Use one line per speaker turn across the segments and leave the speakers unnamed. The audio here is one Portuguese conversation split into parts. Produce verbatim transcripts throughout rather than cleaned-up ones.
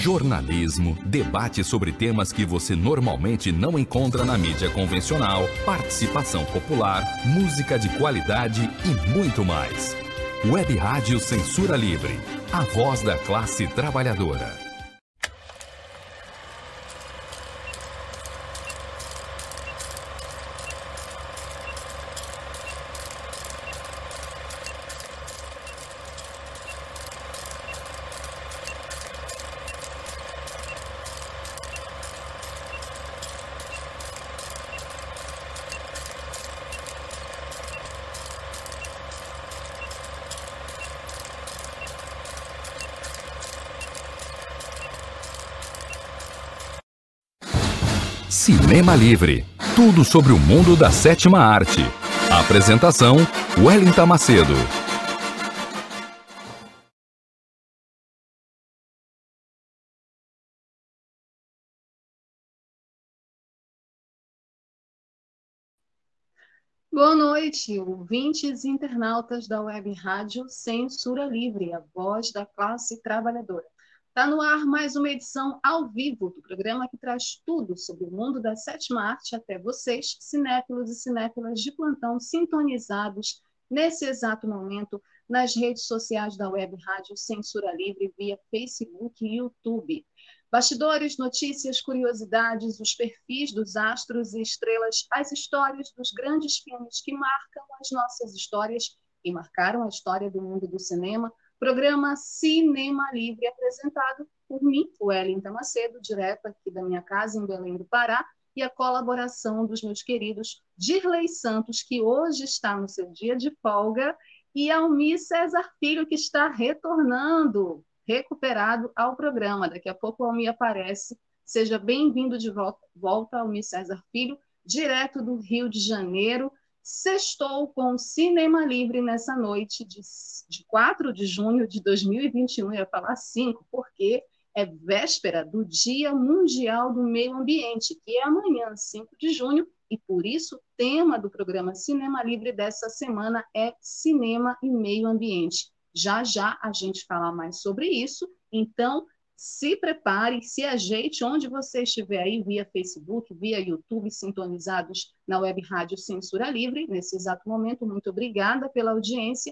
jornalismo, debate sobre temas que você normalmente não encontra na mídia convencional, participação popular, música de qualidade e muito mais. Web Rádio Censura Livre, a voz da classe trabalhadora. Cinema Livre, tudo sobre o mundo da sétima arte. Apresentação, Wellington Macedo.
Boa noite, ouvintes e internautas da Web Rádio Censura Livre, a voz da classe trabalhadora. Está no ar mais uma edição ao vivo do programa que traz tudo sobre o mundo da sétima arte até vocês, cinéfilos e cinéfilas de plantão, sintonizados nesse exato momento nas redes sociais da Web Rádio Censura Livre via Facebook e YouTube. Bastidores, notícias, curiosidades, os perfis dos astros e estrelas, as histórias dos grandes filmes que marcam as nossas histórias e marcaram a história do mundo do cinema. Programa Cinema Livre, apresentado por mim, Wellington Macedo, direto aqui da minha casa em Belém do Pará, e a colaboração dos meus queridos Dirley Santos, que hoje está no seu dia de folga, e Almir César Filho, que está retornando, recuperado ao programa. Daqui a pouco o Almir aparece. Seja bem-vindo de volta, volta Almir César Filho, direto do Rio de Janeiro. Sextou com Cinema Livre nessa noite de, de quatro de junho de dois mil e vinte e um, eu ia falar cinco, porque é véspera do Dia Mundial do Meio Ambiente, que é amanhã, cinco de junho, e por isso o tema do programa Cinema Livre dessa semana é Cinema e Meio Ambiente. Já já a gente fala mais sobre isso, então se prepare, se ajeite onde você estiver aí, via Facebook, via YouTube, sintonizados na Web Rádio Censura Livre, nesse exato momento. Muito obrigada pela audiência.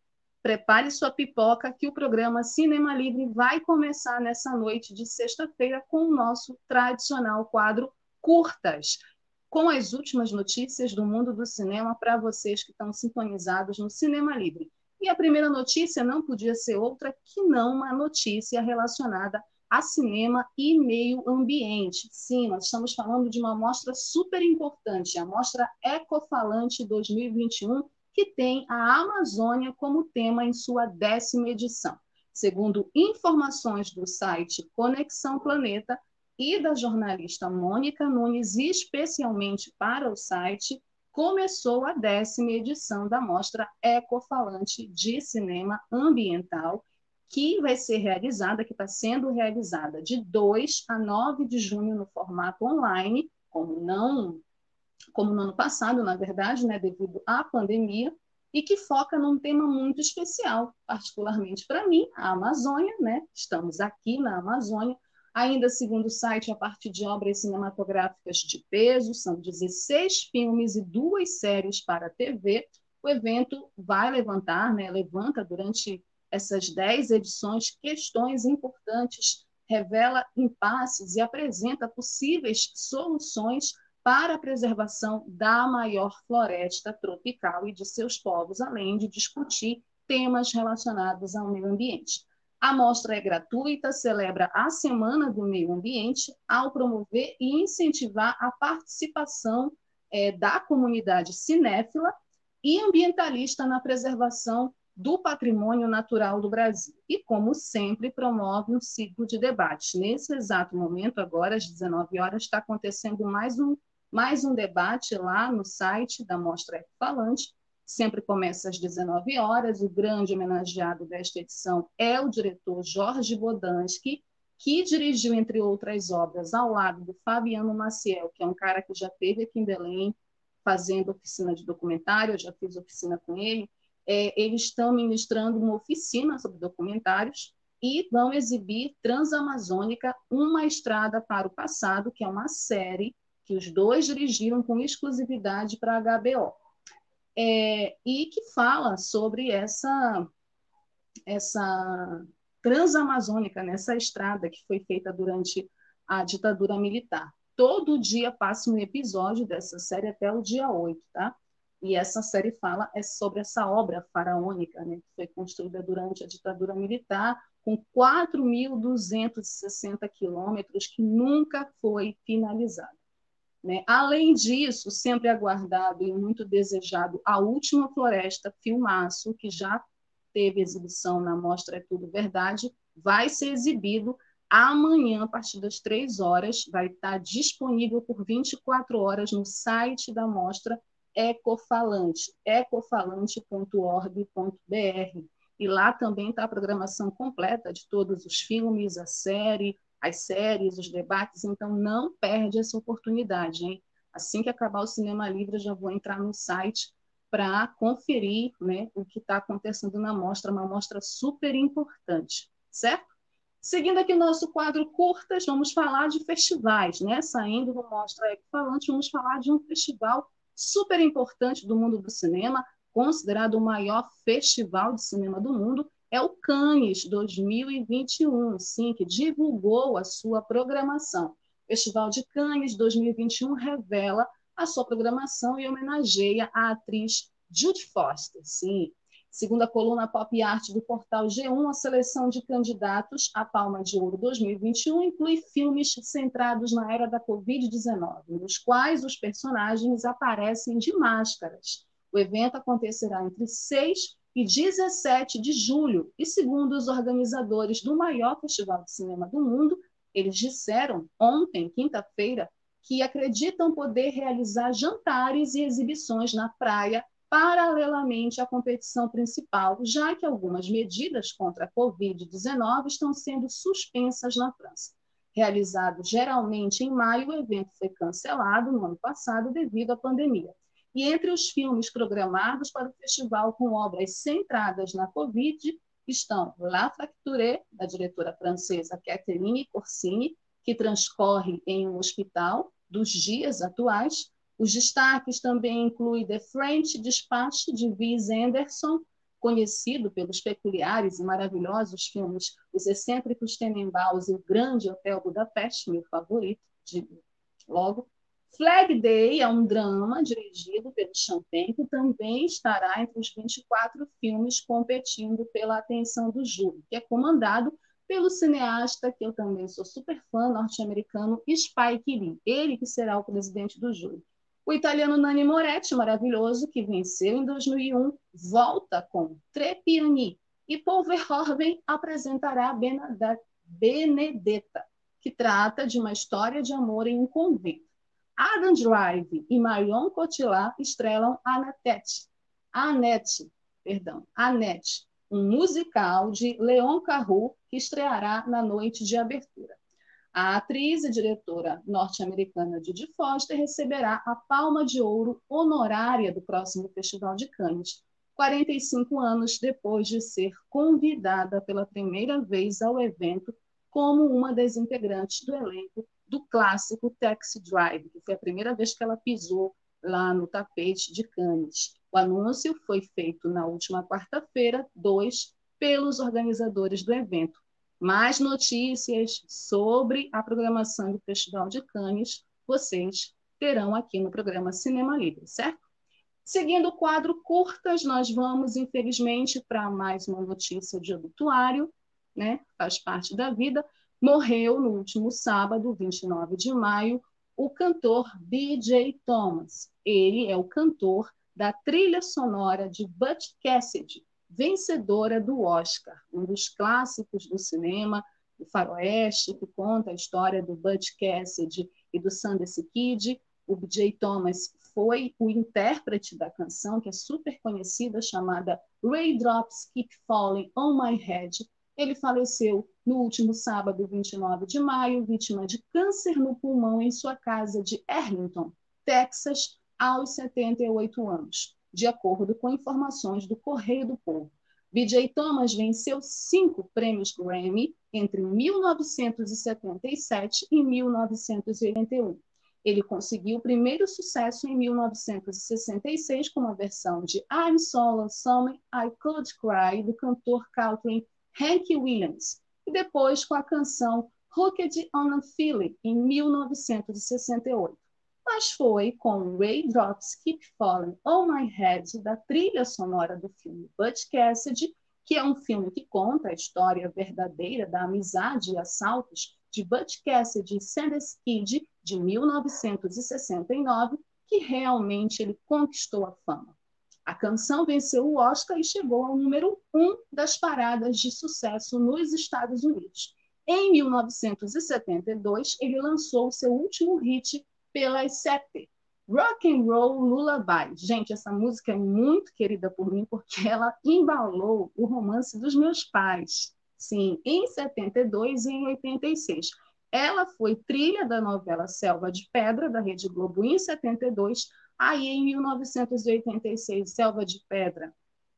Prepare sua pipoca, que o programa Cinema Livre vai começar nessa noite de sexta-feira com o nosso tradicional quadro Curtas, com as últimas notícias do mundo do cinema para vocês que estão sintonizados no Cinema Livre. E a primeira notícia não podia ser outra que não uma notícia relacionada a cinema e meio ambiente. Sim, nós estamos falando de uma mostra super importante, a Mostra Ecofalante dois mil e vinte e um, que tem a Amazônia como tema em sua décima edição. Segundo informações do site Conexão Planeta e da jornalista Mônica Nunes, especialmente para o site, começou a décima edição da Mostra Ecofalante de Cinema Ambiental, que vai ser realizada, que está sendo realizada de dois a nove de junho no formato online, como, não, como no ano passado, na verdade, né, devido à pandemia, e que foca num tema muito especial, particularmente para mim, a Amazônia, né? Estamos aqui na Amazônia. Ainda segundo o site, a partir de obras cinematográficas de peso, são dezesseis filmes e duas séries para a T V. O evento vai levantar, né, levanta durante essas dez edições questões importantes, revela impasses e apresenta possíveis soluções para a preservação da maior floresta tropical e de seus povos, além de discutir temas relacionados ao meio ambiente. A mostra é gratuita, celebra a Semana do Meio Ambiente ao promover e incentivar a participação é, da comunidade cinéfila e ambientalista na preservação do patrimônio natural do Brasil. E, como sempre, promove um ciclo de debates. Nesse exato momento, agora às dezenove horas, está acontecendo mais um, mais um debate lá no site da Mostra Ecofalante. Sempre começa às dezenove horas. O grande homenageado desta edição é o diretor Jorge Bodansky, que dirigiu, entre outras obras, ao lado do Fabiano Maciel, que é um cara que já esteve aqui em Belém fazendo oficina de documentário, eu já fiz oficina com ele. É, eles estão ministrando uma oficina sobre documentários, e vão exibir Transamazônica, Uma Estrada para o Passado, que é uma série que os dois dirigiram com exclusividade para a H B O, é, e que fala sobre essa, essa Transamazônica, nessa estrada que foi feita durante a ditadura militar. Todo dia passa um episódio dessa série até o dia oito, tá? E essa série fala é sobre essa obra faraônica, né, que foi construída durante a ditadura militar, com quatro mil duzentos e sessenta quilômetros, que nunca foi finalizada. Né? Além disso, sempre aguardado e muito desejado, A Última Floresta, filmaço, que já teve exibição na Mostra É Tudo Verdade, vai ser exibido amanhã, a partir das três horas, vai estar disponível por vinte e quatro horas no site da Mostra Ecofalante, ecofalante ponto org ponto br. E lá também está a programação completa de todos os filmes, a série, as séries, os debates, então não perde essa oportunidade, hein? Assim que acabar o Cinema Livre, eu já vou entrar no site para conferir, né, o que está acontecendo na mostra, uma mostra super importante, certo? Seguindo aqui o nosso quadro curtas, vamos falar de festivais, né? Saindo do Mostra Ecofalante, vamos falar de um festival super importante do mundo do cinema, considerado o maior festival de cinema do mundo, é o Cannes dois mil e vinte e um, sim, que divulgou a sua programação. O Festival de Cannes dois mil e vinte e um revela a sua programação e homenageia a atriz Judy Foster, sim. Segundo a coluna Pop Art do portal G um, a seleção de candidatos à Palma de Ouro dois mil e vinte e um inclui filmes centrados na era da covid dezenove, nos quais os personagens aparecem de máscaras. O evento acontecerá entre seis e dezessete de julho, e segundo os organizadores do maior festival de cinema do mundo, eles disseram ontem, quinta-feira, que acreditam poder realizar jantares e exibições na praia paralelamente à competição principal, já que algumas medidas contra a covid dezenove estão sendo suspensas na França. Realizado geralmente em maio, o evento foi cancelado no ano passado devido à pandemia. E entre os filmes programados para o festival com obras centradas na Covid estão La Fracture, da diretora francesa Catherine Corsini, que transcorre em um hospital dos dias atuais. Os destaques também incluem The French Dispatch, de Wes Anderson, conhecido pelos peculiares e maravilhosos filmes Os Excêntricos Tenenbaums e O Grande Hotel Budapeste, meu favorito, de logo. Flag Day é um drama dirigido pelo Champagne, que também estará entre os vinte e quatro filmes competindo pela atenção do júri, que é comandado pelo cineasta, que eu também sou super fã, norte-americano, Spike Lee, ele que será o presidente do júri. O italiano Nanni Moretti, maravilhoso, que venceu em dois mil e um, volta com Tre Piani, e Paul Verhoeven apresentará Benedetta, que trata de uma história de amor em um convento. Adam Drive e Marion Cotillard estrelam Annette, Annette, perdão, Annette, um musical de Leon Carroux que estreará na noite de abertura. A atriz e diretora norte-americana Judy Foster receberá a Palma de Ouro honorária do próximo Festival de Cannes, quarenta e cinco anos depois de ser convidada pela primeira vez ao evento como uma das integrantes do elenco do clássico Taxi Drive, que foi a primeira vez que ela pisou lá no tapete de Cannes. O anúncio foi feito na última quarta-feira, dois, pelos organizadores do evento. Mais notícias sobre a programação do Festival de Cannes vocês terão aqui no programa Cinema Livre, certo? Seguindo o quadro curtas, nós vamos, infelizmente, para mais uma notícia de obituário, né? Faz parte da vida. Morreu no último sábado, vinte e nove de maio, o cantor B J Thomas. Ele é o cantor da trilha sonora de Butch Cassidy, vencedora do Oscar, um dos clássicos do cinema, do faroeste, que conta a história do Butch Cassidy e do Sundance Kid. O B J Thomas foi o intérprete da canção, que é super conhecida, chamada Raindrops Keep Falling on My Head. Ele faleceu no último sábado, vinte e nove de maio, vítima de câncer no pulmão em sua casa de Arlington, Texas, aos setenta e oito anos, de acordo com informações do Correio do Povo. B J Thomas venceu cinco prêmios Grammy entre mil novecentos e setenta e sete e mil novecentos e oitenta e um. Ele conseguiu o primeiro sucesso em mil novecentos e sessenta e seis com uma versão de I'm So Lonesome I Could Cry, do cantor country Hank Williams, e depois com a canção Hooked on a Feeling, em mil novecentos e sessenta e oito. Mas foi com Raindrops Keep Falling on My Head, da trilha sonora do filme Butch Cassidy, que é um filme que conta a história verdadeira da amizade e assaltos de Butch Cassidy e Sandus Kid, de mil novecentos e sessenta e nove, que realmente ele conquistou a fama. A canção venceu o Oscar e chegou ao número um das paradas de sucesso nos Estados Unidos. Em mil novecentos e setenta e dois, ele lançou seu último hit pelas sete, Rock and Roll Lullaby. Gente, essa música é muito querida por mim porque ela embalou o romance dos meus pais. Sim, em setenta e dois e em oitenta e seis. Ela foi trilha da novela Selva de Pedra, da Rede Globo, em setenta e dois. Aí, em mil novecentos e oitenta e seis, Selva de Pedra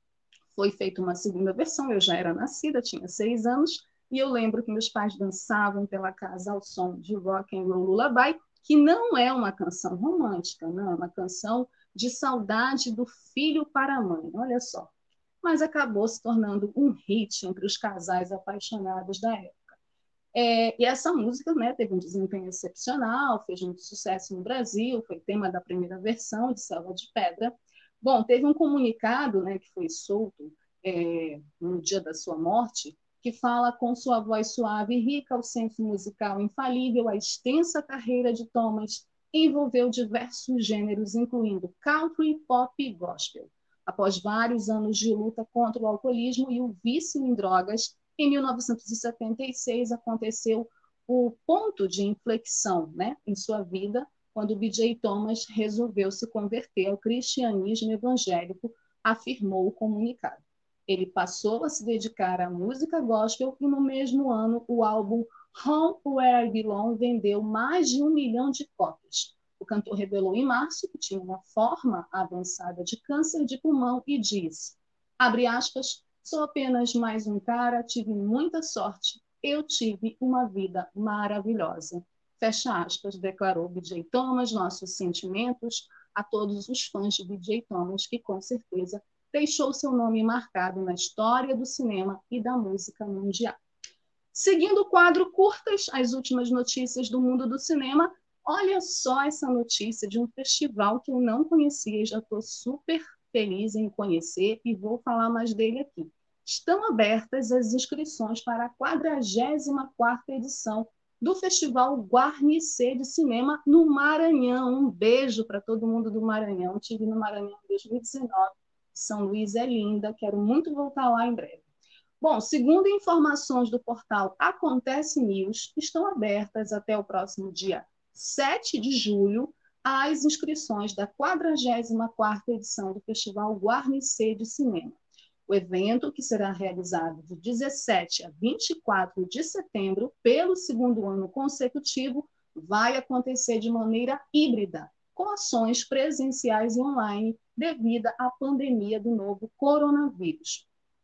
foi feita uma segunda versão. Eu já era nascida, tinha seis anos, e eu lembro que meus pais dançavam pela casa ao som de Rock and Roll Lullaby, que não é uma canção romântica, não, é uma canção de saudade do filho para a mãe, olha só. Mas acabou se tornando um hit entre os casais apaixonados da época. É, e essa música, né, teve um desempenho excepcional, fez muito sucesso no Brasil, foi tema da primeira versão de Selva de Pedra. Bom, teve um comunicado, né, que foi solto é, no dia da sua morte, que fala com sua voz suave e rica, o senso musical infalível, a extensa carreira de Thomas envolveu diversos gêneros, incluindo country, pop e gospel. Após vários anos de luta contra o alcoolismo e o vício em drogas, em mil novecentos e setenta e seis aconteceu o ponto de inflexão, né, em sua vida, quando B J Thomas resolveu se converter ao cristianismo evangélico, afirmou o comunicado. Ele passou a se dedicar à música gospel e, no mesmo ano, o álbum Home Where I Belong vendeu mais de um milhão de cópias. O cantor revelou em março que tinha uma forma avançada de câncer de pulmão e disse, abre aspas, sou apenas mais um cara, tive muita sorte, eu tive uma vida maravilhosa. Fecha aspas, declarou B J Thomas, nossos sentimentos a todos os fãs de B J Thomas, que com certeza deixou seu nome marcado na história do cinema e da música mundial. Seguindo o quadro Curtas, as últimas notícias do mundo do cinema, olha só essa notícia de um festival que eu não conhecia e já estou super feliz em conhecer e vou falar mais dele aqui. Estão abertas as inscrições para a quadragésima quarta edição do Festival Guarnicê de Cinema no Maranhão. Um beijo para todo mundo do Maranhão. Estive no Maranhão em dois mil e dezenove. São Luís é linda, quero muito voltar lá em breve. Bom, segundo informações do portal Acontece News, estão abertas até o próximo dia sete de julho as inscrições da quadragésima quarta edição do Festival Guarnicê de Cinema. O evento, que será realizado de dezessete a vinte e quatro de setembro, pelo segundo ano consecutivo, vai acontecer de maneira híbrida, com ações presenciais e online devido à pandemia do novo coronavírus.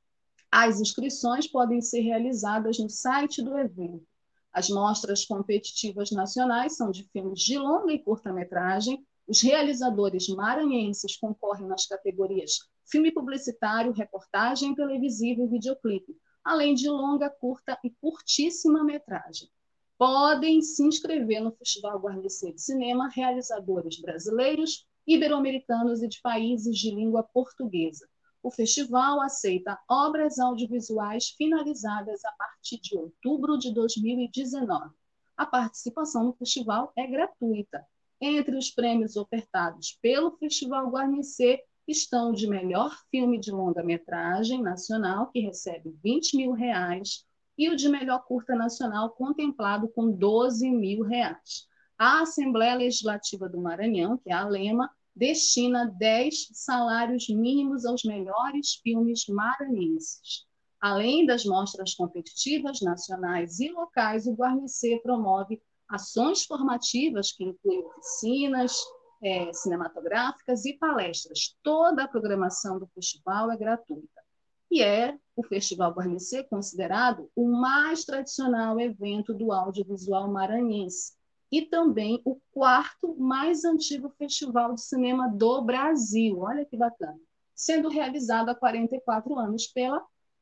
As inscrições podem ser realizadas no site do evento. As mostras competitivas nacionais são de filmes de longa e curta-metragem. Os realizadores maranhenses concorrem nas categorias filme publicitário, reportagem televisiva e videoclipe, além de longa, curta e curtíssima metragem. Podem se inscrever no Festival Guarnicê de Cinema realizadores brasileiros, ibero-americanos e de países de língua portuguesa. O festival aceita obras audiovisuais finalizadas a partir de outubro de dois mil e dezenove. A participação no festival é gratuita. Entre os prêmios ofertados pelo Festival Guarnicê estão o de melhor filme de longa-metragem nacional, que recebe vinte mil reais, e o de melhor curta nacional, contemplado com doze mil reais. A Assembleia Legislativa do Maranhão, que é a ALEMA, destina dez salários mínimos aos melhores filmes maranhenses. Além das mostras competitivas nacionais e locais, o Guarnicê promove ações formativas que incluem oficinas é, cinematográficas e palestras. Toda a programação do festival é gratuita. e é o Festival Guarnicê considerado o mais tradicional evento do audiovisual maranhense e também o quarto mais antigo festival de cinema do Brasil. Olha que bacana. Sendo realizado há quarenta e quatro anos pela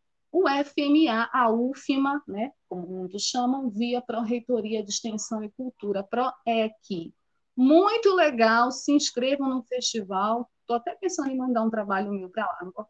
U F M A, a UFMA, né, como muitos chamam, via Pró-Reitoria de Extensão e Cultura, PROEC. Muito legal, se inscrevam no festival. Estou até pensando em mandar um trabalho meu para lá.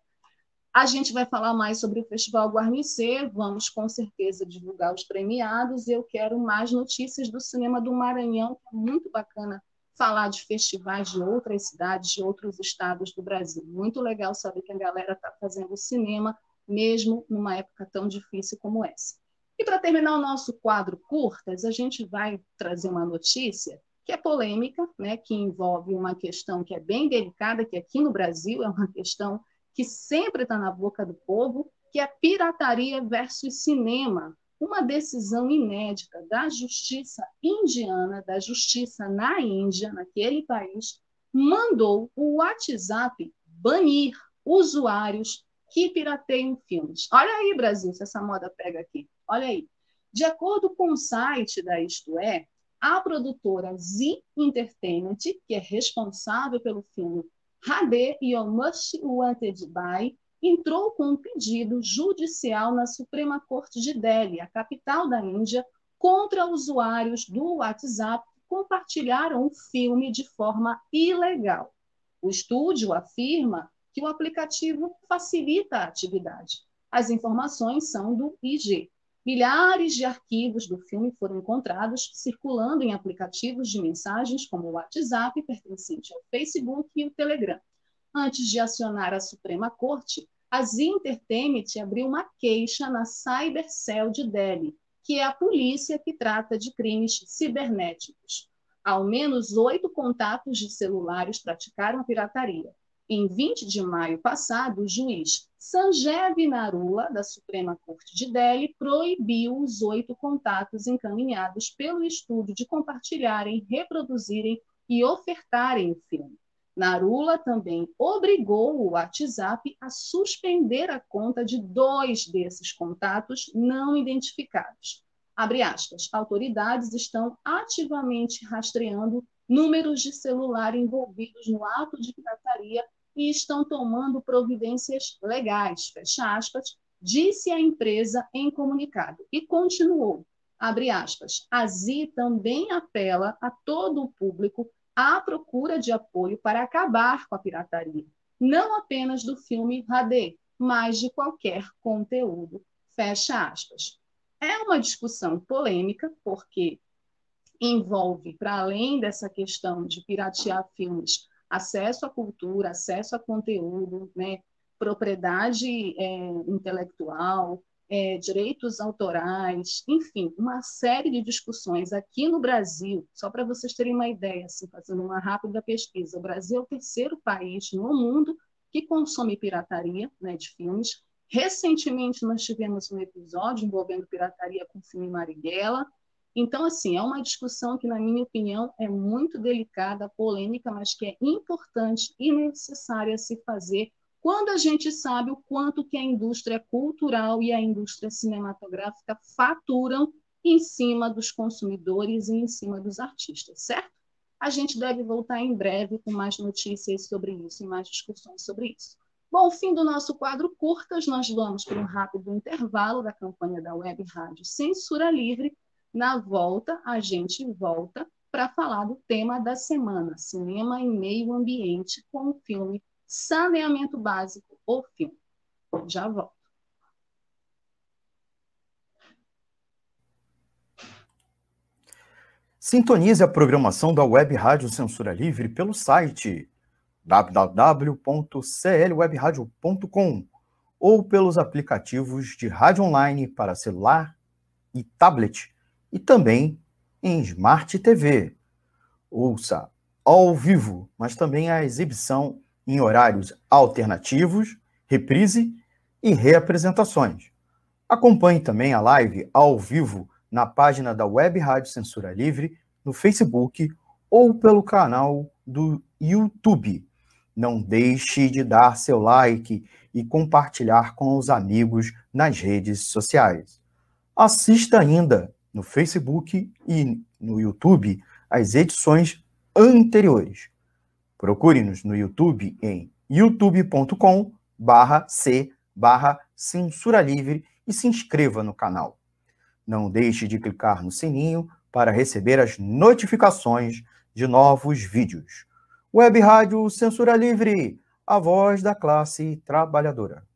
A gente vai falar mais sobre o Festival Guarnicê, vamos com certeza divulgar os premiados. Eu quero mais notícias do cinema do Maranhão, que é muito bacana falar de festivais de outras cidades, de outros estados do Brasil. Muito legal saber que a galera está fazendo cinema, mesmo numa época tão difícil como essa. E para terminar o nosso quadro curtas, a gente vai trazer uma notícia que é polêmica, né, que envolve uma questão que é bem delicada, que aqui no Brasil é uma questão que sempre está na boca do povo, que é pirataria versus cinema. Uma decisão inédita da justiça indiana, da justiça na Índia, naquele país, mandou o WhatsApp banir usuários que pirateiam filmes. Olha aí, Brasil, se essa moda pega aqui. Olha aí. De acordo com o site da Isto É, a produtora Z Entertainment, que é responsável pelo filme Radhe e o Most Wanted By, entrou com um pedido judicial na Suprema Corte de Delhi, a capital da Índia, contra usuários do WhatsApp que compartilharam o filme de forma ilegal. O estúdio afirma que o aplicativo facilita a atividade. As informações são do I G. Milhares de arquivos do filme foram encontrados circulando em aplicativos de mensagens como o WhatsApp, pertencente ao Facebook e o Telegram. Antes de acionar a Suprema Corte, a Z Entertainment abriu uma queixa na Cybercell de Delhi, que é a polícia que trata de crimes cibernéticos. Ao menos oito contatos de celulares praticaram a pirataria. Em vinte de maio passado, o juiz Sanjeev Narula, da Suprema Corte de Delhi, proibiu os oito contatos encaminhados pelo estúdio de compartilharem, reproduzirem e ofertarem o filme. Narula também obrigou o WhatsApp a suspender a conta de dois desses contatos não identificados. Abre aspas, autoridades estão ativamente rastreando números de celular envolvidos no ato de pirataria e estão tomando providências legais, fecha aspas, disse a empresa em comunicado. E continuou, abre aspas, a Z também apela a todo o público à procura de apoio para acabar com a pirataria, não apenas do filme Radhe, mas de qualquer conteúdo, fecha aspas. É uma discussão polêmica, porque envolve, para além dessa questão de piratear filmes, acesso à cultura, acesso a conteúdo, né, propriedade é, intelectual, é, direitos autorais, enfim, uma série de discussões aqui no Brasil, só para vocês terem uma ideia, assim, fazendo uma rápida pesquisa, o Brasil é o terceiro país no mundo que consome pirataria, né, de filmes. Recentemente nós tivemos um episódio envolvendo pirataria com o filme Marighella. Então, assim, é uma discussão que, na minha opinião, é muito delicada, polêmica, mas que é importante e necessária se fazer quando a gente sabe o quanto que a indústria cultural e a indústria cinematográfica faturam em cima dos consumidores e em cima dos artistas, certo? A gente deve voltar em breve com mais notícias sobre isso e mais discussões sobre isso. Bom, fim do nosso quadro curtas, nós vamos para um rápido intervalo da campanha da Web Rádio Censura Livre. Na volta, a gente volta para falar do tema da semana, cinema e meio ambiente, com o filme Saneamento Básico, o filme. Já volto.
Sintonize a programação da Web Rádio Censura Livre pelo site w w w ponto c l web radio ponto com ou pelos aplicativos de rádio online para celular e tablet, e também em Smart T V. Ouça ao vivo, mas também a exibição em horários alternativos, reprise e reapresentações. Acompanhe também a live ao vivo na página da Web Rádio Censura Livre, no Facebook ou pelo canal do YouTube. Não deixe de dar seu like e compartilhar com os amigos nas redes sociais. Assista ainda no Facebook e no YouTube as edições anteriores. Procure-nos no YouTube em youtube ponto com barra c barra censura livre e se inscreva no canal. Não deixe de clicar no sininho para receber as notificações de novos vídeos. Web Rádio Censura Livre, a voz da classe trabalhadora.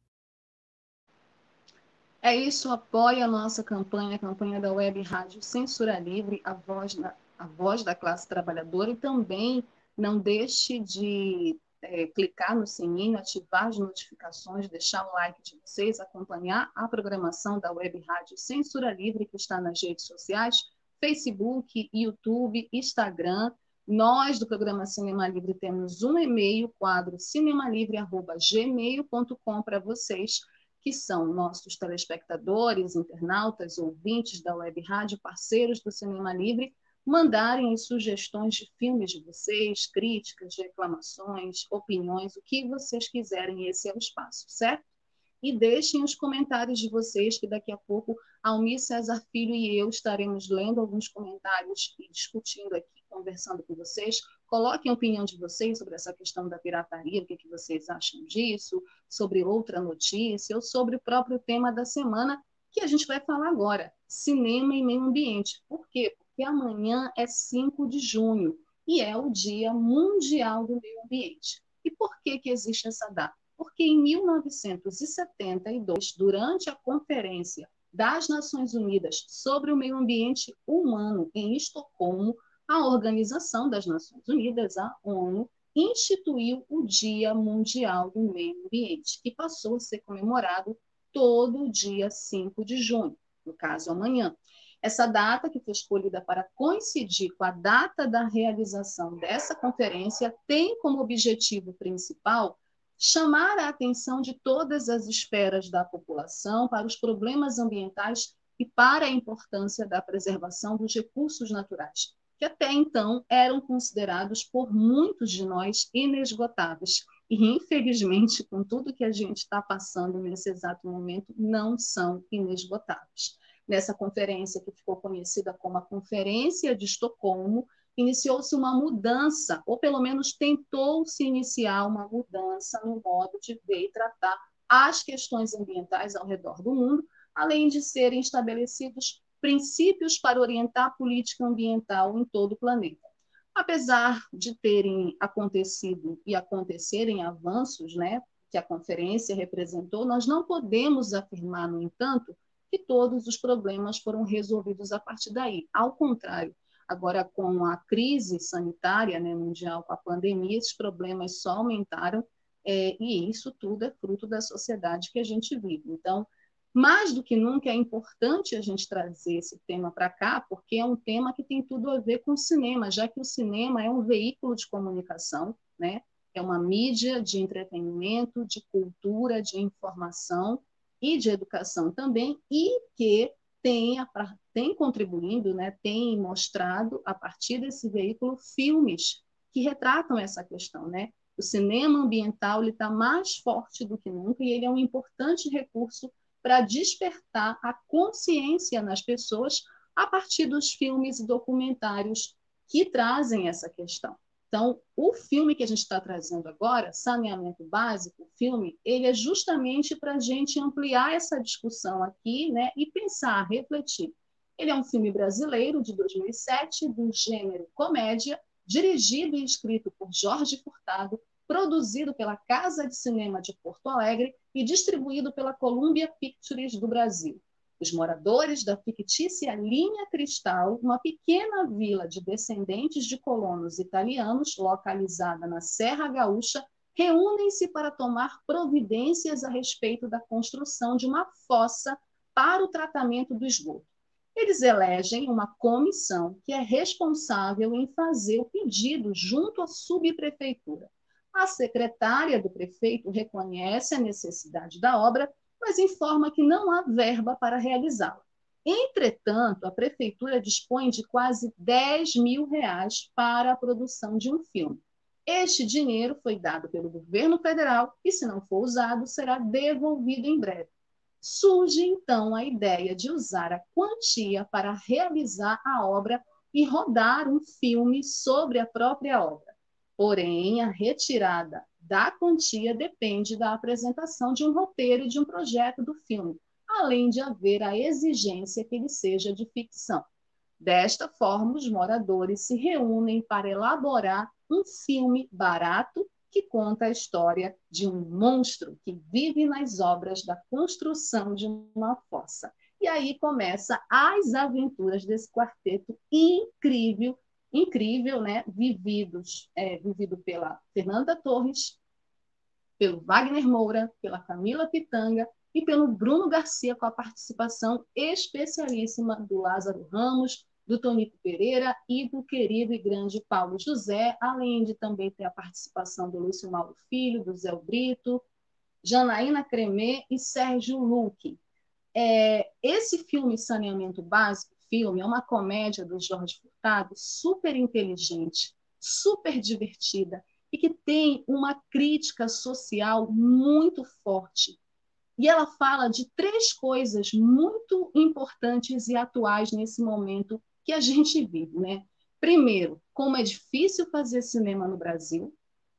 É isso, apoie a nossa campanha, a campanha da Web Rádio Censura Livre, a voz da, a voz da classe trabalhadora, e também não deixe de é, clicar no sininho, ativar as notificações, deixar o like de vocês, acompanhar a programação da Web Rádio Censura Livre, que está nas redes sociais, Facebook, YouTube, Instagram. Nós, do programa Cinema Livre, temos um e-mail, quadro cinemalivre arroba gmail ponto com, para vocês, que são nossos telespectadores, internautas, ouvintes da Web Rádio, parceiros do Cinema Livre, mandarem as sugestões de filmes de vocês, críticas, reclamações, opiniões, o que vocês quiserem, esse é o espaço, certo? E deixem os comentários de vocês, que daqui a pouco Almir César Filho e eu estaremos lendo alguns comentários e discutindo aqui, conversando com vocês. Coloquem a opinião de vocês sobre essa questão da pirataria, o que, que vocês acham disso, sobre outra notícia, ou sobre o próprio tema da semana, que a gente vai falar agora, cinema e meio ambiente. Por quê? Porque amanhã é cinco de junho e é o Dia Mundial do Meio Ambiente. E por que, que existe essa data? Porque em mil novecentos e setenta e dois, durante a Conferência das Nações Unidas sobre o Meio Ambiente Humano em Estocolmo, a Organização das Nações Unidas, a ONU, instituiu o Dia Mundial do Meio Ambiente, que passou a ser comemorado todo o dia cinco de junho, no caso amanhã. Essa data, que foi escolhida para coincidir com a data da realização dessa conferência, tem como objetivo principal chamar a atenção de todas as esferas da população para os problemas ambientais e para a importância da preservação dos recursos naturais, que até então eram considerados por muitos de nós inesgotáveis. E, infelizmente, com tudo que a gente está passando nesse exato momento, não são inesgotáveis. Nessa conferência, que ficou conhecida como a Conferência de Estocolmo, iniciou-se uma mudança, ou pelo menos tentou-se iniciar uma mudança no modo de ver e tratar as questões ambientais ao redor do mundo, além de serem estabelecidos princípios para orientar a política ambiental em todo o planeta. Apesar de terem acontecido e acontecerem avanços, né, que a conferência representou, nós não podemos afirmar, no entanto, que todos os problemas foram resolvidos a partir daí. Ao contrário, agora com a crise sanitária, né, mundial, com a pandemia, esses problemas só aumentaram, é, e isso tudo é fruto da sociedade que a gente vive. Então, mais do que nunca, é importante a gente trazer esse tema para cá, porque é um tema que tem tudo a ver com o cinema, já que o cinema é um veículo de comunicação, né? É uma mídia de entretenimento, de cultura, de informação e de educação também, e que tem, tem contribuindo, né? Tem mostrado, a partir desse veículo, filmes que retratam essa questão, né? O cinema ambiental está mais forte do que nunca e ele é um importante recurso para despertar a consciência nas pessoas a partir dos filmes e documentários que trazem essa questão. Então, o filme que a gente está trazendo agora, Saneamento Básico, o filme, ele é justamente para a gente ampliar essa discussão aqui, né, e pensar, refletir. Ele é um filme brasileiro, de dois mil e sete, do gênero comédia, dirigido e escrito por Jorge Furtado, produzido pela Casa de Cinema de Porto Alegre e distribuído pela Columbia Pictures do Brasil. Os moradores da fictícia Linha Cristal, uma pequena vila de descendentes de colonos italianos, localizada na Serra Gaúcha, reúnem-se para tomar providências a respeito da construção de uma fossa para o tratamento do esgoto. Eles elegem uma comissão que é responsável em fazer o pedido junto à subprefeitura. A secretária do prefeito reconhece a necessidade da obra, mas informa que não há verba para realizá-la. Entretanto, a prefeitura dispõe de quase dez mil reais para a produção de um filme. Este dinheiro foi dado pelo governo federal e, se não for usado, será devolvido em breve. Surge, então, a ideia de usar a quantia para realizar a obra e rodar um filme sobre a própria obra. Porém, a retirada da quantia depende da apresentação de um roteiro e de um projeto do filme, além de haver a exigência que ele seja de ficção. Desta forma, os moradores se reúnem para elaborar um filme barato que conta a história de um monstro que vive nas obras da construção de uma fossa. E aí começa as aventuras desse quarteto incrível, incrível, né? Vividos, é, vivido pela Fernanda Torres, pelo Wagner Moura, pela Camila Pitanga e pelo Bruno Garcia, com a participação especialíssima do Lázaro Ramos, do Tonico Pereira e do querido e grande Paulo José, além de também ter a participação do Lúcio Mauro Filho, do Zé Brito, Janaína Cremê e Sérgio Luque. É, esse filme, Saneamento Básico, filme, é uma comédia do Jorge Furtado, super inteligente, super divertida, e que tem uma crítica social muito forte. E ela fala de três coisas muito importantes e atuais nesse momento que a gente vive, né? Primeiro, como é difícil fazer cinema no Brasil.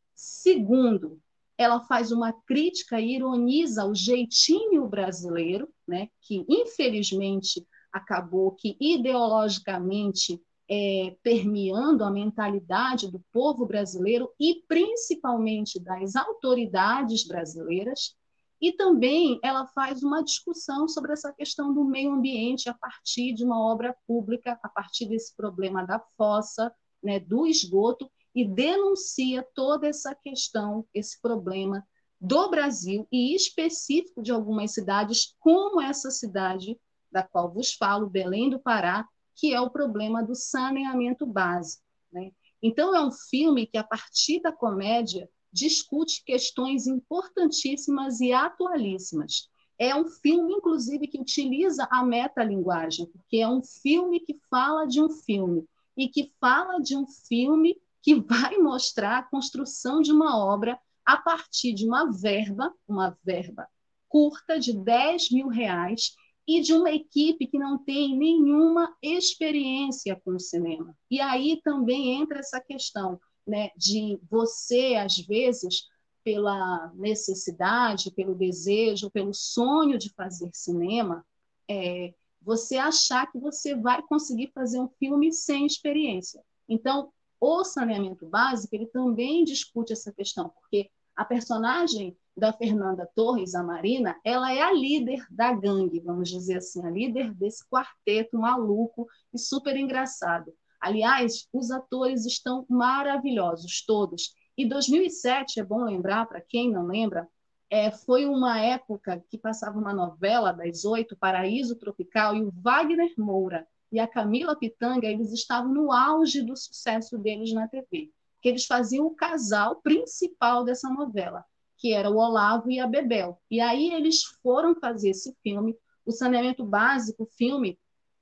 Segundo, ela faz uma crítica e ironiza o jeitinho brasileiro, né? Que infelizmente acabou que ideologicamente é, permeando a mentalidade do povo brasileiro e principalmente das autoridades brasileiras. E também ela faz uma discussão sobre essa questão do meio ambiente a partir de uma obra pública, a partir desse problema da fossa, né, do esgoto, e denuncia toda essa questão, esse problema do Brasil e específico de algumas cidades, como essa cidade da qual vos falo, Belém do Pará, que é o problema do saneamento básico, né? Então, é um filme que, a partir da comédia, discute questões importantíssimas e atualíssimas. É um filme, inclusive, que utiliza a metalinguagem, porque é um filme que fala de um filme, e que fala de um filme que vai mostrar a construção de uma obra a partir de uma verba, uma verba curta de dez mil reais, e de uma equipe que não tem nenhuma experiência com o cinema. E aí também entra essa questão, né, de você, às vezes, pela necessidade, pelo desejo, pelo sonho de fazer cinema, é, você achar que você vai conseguir fazer um filme sem experiência. Então, o Saneamento Básico, ele também discute essa questão, porque a personagem da Fernanda Torres, a Marina, ela é a líder da gangue, vamos dizer assim, a líder desse quarteto maluco e super engraçado. Aliás, os atores estão maravilhosos, todos. E dois mil e sete, é bom lembrar, para quem não lembra, é, foi uma época que passava uma novela das oito, Paraíso Tropical, e o Wagner Moura e a Camila Pitanga, eles estavam no auge do sucesso deles na T V, que eles faziam o casal principal dessa novela, que era o Olavo e a Bebel. E aí eles foram fazer esse filme, o Saneamento Básico, o filme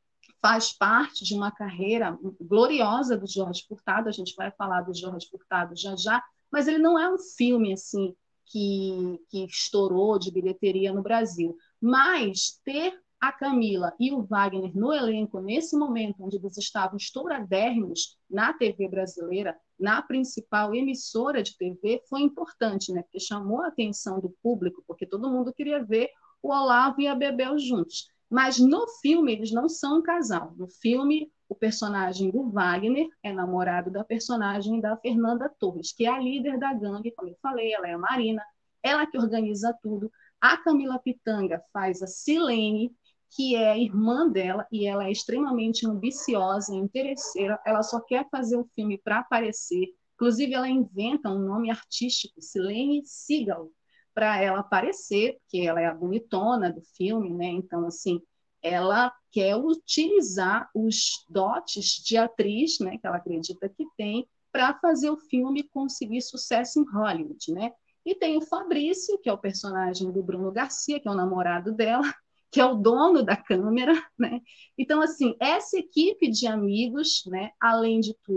faz parte de uma carreira gloriosa do Jorge Furtado, a gente vai falar do Jorge Furtado já já, mas ele não é um filme assim que, que estourou de bilheteria no Brasil. Mas ter a Camila e o Wagner no elenco, nesse momento onde eles estavam estouradérrimos na T V brasileira, na principal emissora de T V, foi importante, né? Porque chamou a atenção do público, porque todo mundo queria ver o Olavo e a Bebel juntos. Mas no filme eles não são um casal. No filme, o personagem do Wagner é namorado da personagem da Fernanda Torres, que é a líder da gangue, como eu falei, ela é a Marina, ela que organiza tudo. A Camila Pitanga faz a Silene, que é irmã dela, e ela é extremamente ambiciosa, interesseira, ela só quer fazer o filme para aparecer. Inclusive, ela inventa um nome artístico, Silene Seagal, para ela aparecer, porque ela é a bonitona do filme, né? Então, assim, ela quer utilizar os dotes de atriz, né, que ela acredita que tem, para fazer o filme conseguir sucesso em Hollywood, né? E tem o Fabrício, que é o personagem do Bruno Garcia, que é o namorado dela, que é o dono da câmera, né? Então, assim, essa equipe de amigos, né, além de tudo,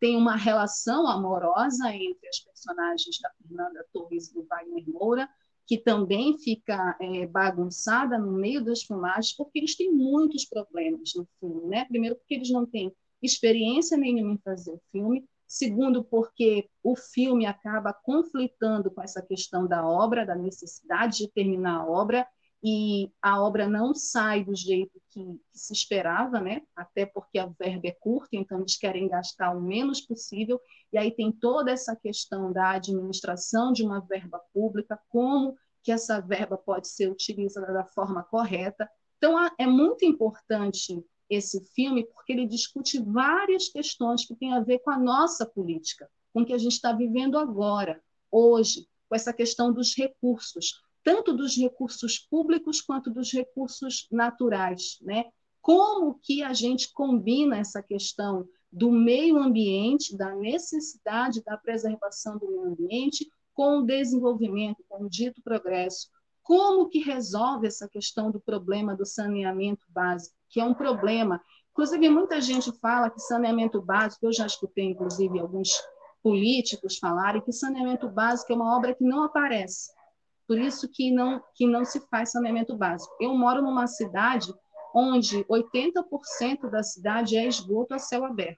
tem uma relação amorosa entre as personagens da Fernanda Torres e do Wagner Moura, que também fica é, bagunçada no meio das filmagens, porque eles têm muitos problemas no filme, né? Primeiro, porque eles não têm experiência nenhuma em fazer o filme. Segundo, porque o filme acaba conflitando com essa questão da obra, da necessidade de terminar a obra, e a obra não sai do jeito que, que se esperava, né? Até porque a verba é curta, então eles querem gastar o menos possível, e aí tem toda essa questão da administração de uma verba pública, como que essa verba pode ser utilizada da forma correta. Então, é muito importante esse filme, porque ele discute várias questões que têm a ver com a nossa política, com o que a gente está vivendo agora, hoje, com essa questão dos recursos, tanto dos recursos públicos quanto dos recursos naturais, né? Como que a gente combina essa questão do meio ambiente, da necessidade da preservação do meio ambiente, com o desenvolvimento, com o dito progresso? Como que resolve essa questão do problema do saneamento básico, que é um problema? Inclusive, muita gente fala que saneamento básico, eu já escutei, inclusive, alguns políticos falarem que saneamento básico é uma obra que não aparece. Por isso que não, que não se faz saneamento básico. Eu moro numa cidade onde oitenta por cento da cidade é esgoto a céu aberto.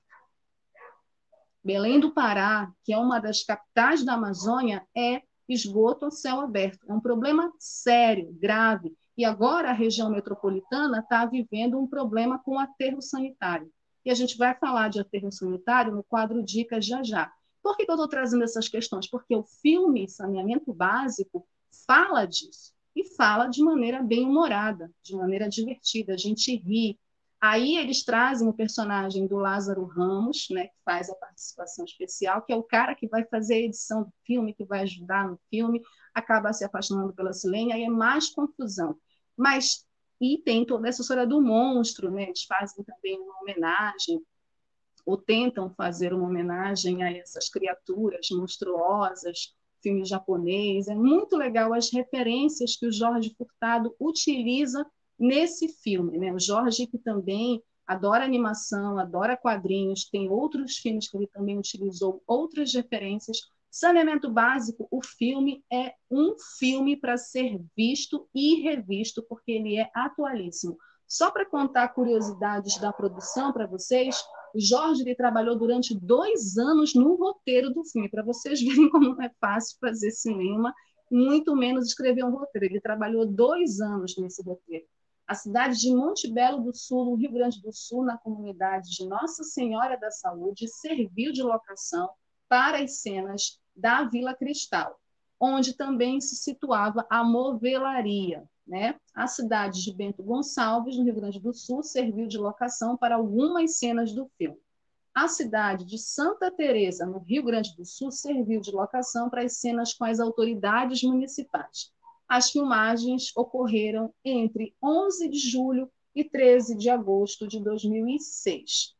Belém do Pará, que é uma das capitais da Amazônia, é esgoto a céu aberto. É um problema sério, grave. E agora a região metropolitana está vivendo um problema com o aterro sanitário. E a gente vai falar de aterro sanitário no quadro Dicas já já. Por que, que eu estou trazendo essas questões? Porque o filme Saneamento Básico fala disso, e fala de maneira bem humorada, de maneira divertida, a gente ri. Aí eles trazem o personagem do Lázaro Ramos, né, que faz a participação especial, que é o cara que vai fazer a edição do filme, que vai ajudar no filme, acaba se apaixonando pela Silene, aí é mais confusão. Mas, e tem toda essa história do monstro, né, eles fazem também uma homenagem, ou tentam fazer uma homenagem a essas criaturas monstruosas, filme japonês. É muito legal as referências que o Jorge Furtado utiliza nesse filme, né? O Jorge, que também adora animação, adora quadrinhos, tem outros filmes que ele também utilizou, outras referências. Saneamento Básico, o filme é um filme para ser visto e revisto, porque ele é atualíssimo. Só para contar curiosidades da produção para vocês, o Jorge ele trabalhou durante dois anos no roteiro do filme, para vocês verem como não é fácil fazer cinema, muito menos escrever um roteiro. Ele trabalhou dois anos nesse roteiro. A cidade de Monte Belo do Sul, no Rio Grande do Sul, na comunidade de Nossa Senhora da Saúde, serviu de locação para as cenas da Vila Cristal, onde também se situava a movelaria. Né? A cidade de Bento Gonçalves, no Rio Grande do Sul, serviu de locação para algumas cenas do filme. A cidade de Santa Teresa, no Rio Grande do Sul, serviu de locação para as cenas com as autoridades municipais. As filmagens ocorreram entre onze de julho e treze de agosto de dois mil e seis.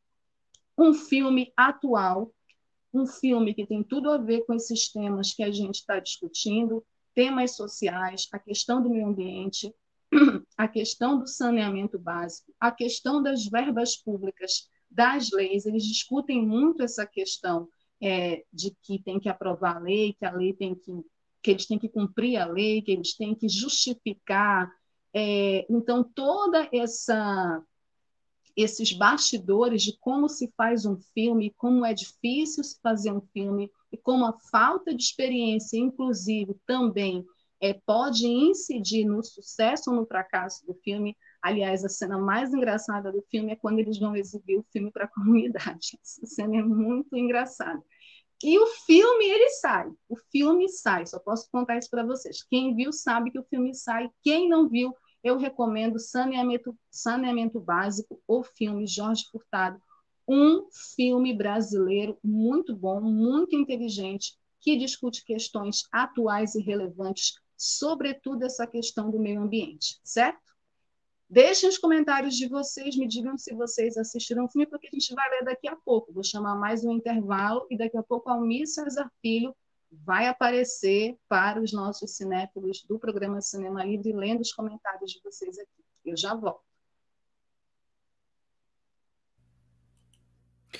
Um filme atual, um filme que tem tudo a ver com esses temas que a gente está discutindo, temas sociais, a questão do meio ambiente, a questão do saneamento básico, a questão das verbas públicas, das leis. Eles discutem muito essa questão é, de que tem que aprovar a lei, que a lei tem que, que eles têm que cumprir a lei, que eles têm que justificar. É, então, toda essa esses bastidores de como se faz um filme, como é difícil se fazer um filme, e como a falta de experiência, inclusive, também é, pode incidir no sucesso ou no fracasso do filme. Aliás, a cena mais engraçada do filme é quando eles vão exibir o filme para a comunidade. Essa cena é muito engraçada. E o filme, ele sai. O filme sai. Só posso contar isso para vocês. Quem viu sabe que o filme sai. Quem não viu, eu recomendo Saneamento, Saneamento Básico, o filme Jorge Furtado, um filme brasileiro muito bom, muito inteligente, que discute questões atuais e relevantes, sobretudo essa questão do meio ambiente, certo? Deixem os comentários de vocês, me digam se vocês assistiram o filme, porque a gente vai ler daqui a pouco. Vou chamar mais um intervalo e daqui a pouco a Almir Cesar Filho vai aparecer para os nossos cinéfilos do programa Cinema Livre, lendo os comentários de vocês aqui. Eu já volto.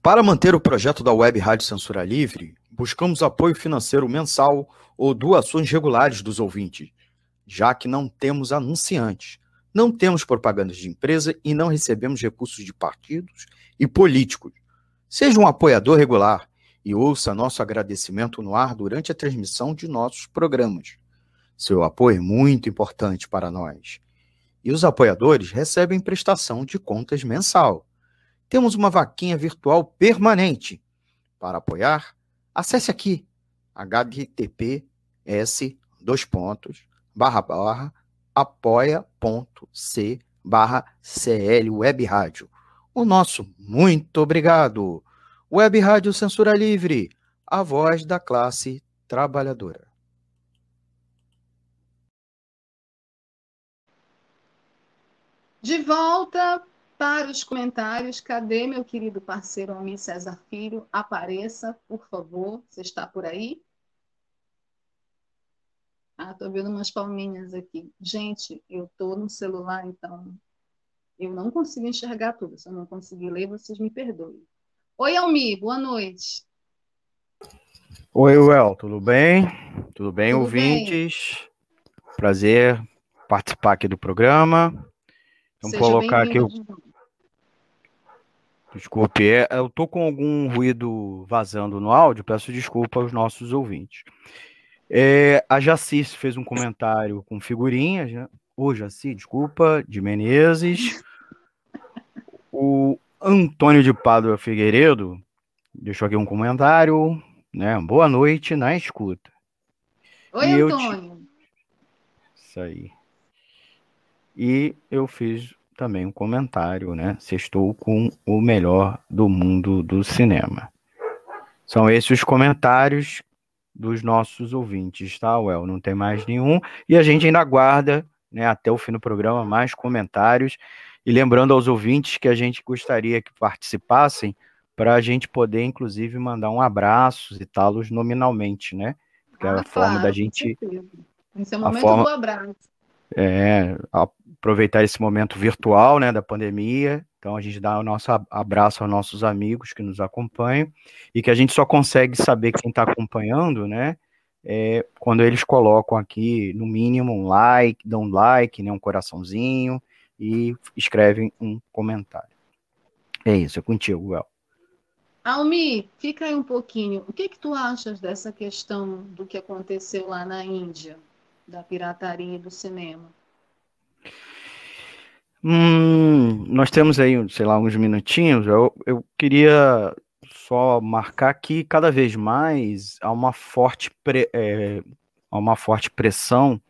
Para manter o projeto da Web Rádio Censura Livre, buscamos apoio financeiro mensal ou doações regulares dos ouvintes, já que não temos anunciantes, não temos propagandas de empresa e não recebemos recursos de partidos e políticos. Seja um apoiador regular e ouça nosso agradecimento no ar durante a transmissão de nossos programas. Seu apoio é muito importante para nós. E os apoiadores recebem prestação de contas mensal. Temos uma vaquinha virtual permanente. Para apoiar, acesse aqui https dois pontos barra barra apoia.c barra cl Web Rádio. O nosso muito obrigado. Web Rádio Censura Livre, a voz da classe trabalhadora.
De volta para os comentários. Cadê meu querido parceiro Almir César Filho? Apareça, por favor. Você está por aí? Ah, estou vendo umas palminhas aqui. Gente, eu estou no celular, então eu não consigo enxergar tudo. Se eu não conseguir ler, vocês me perdoem. Oi, Almir, boa noite.
Oi, Well, tudo bem? Tudo bem,
Tudo
ouvintes? Bem? Prazer participar aqui do programa. Vamos
Seja
colocar aqui o...
de novo.
Desculpe, eu estou com algum ruído vazando no áudio, peço desculpa aos nossos ouvintes. É, a Jaci fez um comentário com figurinhas, né? Ô, Jaci, desculpa, de Menezes. O Antônio de Pádua Figueiredo deixou aqui um comentário, né? Boa noite na escuta.
Oi,
e
Antônio.
Te... Isso aí. E eu fiz também um comentário, né? Sextou com o melhor do mundo do cinema. São esses os comentários dos nossos ouvintes, tá, Well? Não tem mais nenhum. E a gente ainda aguarda, né, até o fim do programa, mais comentários. E lembrando aos ouvintes que a gente gostaria que participassem para a gente poder, inclusive, mandar um abraço, citá-los nominalmente, né? Porque ah, a forma
claro,
da gente...
Esse é o momento
forma,
do abraço.
É, aproveitar esse momento virtual, né, da pandemia. Então, a gente dá o nosso abraço aos nossos amigos que nos acompanham e que a gente só consegue saber quem está acompanhando, né, é, quando eles colocam aqui, no mínimo, um like, dão um like, né, um coraçãozinho e escrevem um comentário. É isso, é contigo, Well.
Almir, fica aí um pouquinho. O que que tu achas dessa questão do que aconteceu lá na Índia, da pirataria do cinema?
Hum, nós temos aí, sei lá, uns minutinhos. Eu, eu queria só marcar que cada vez mais há uma forte, pre, é, há uma forte pressão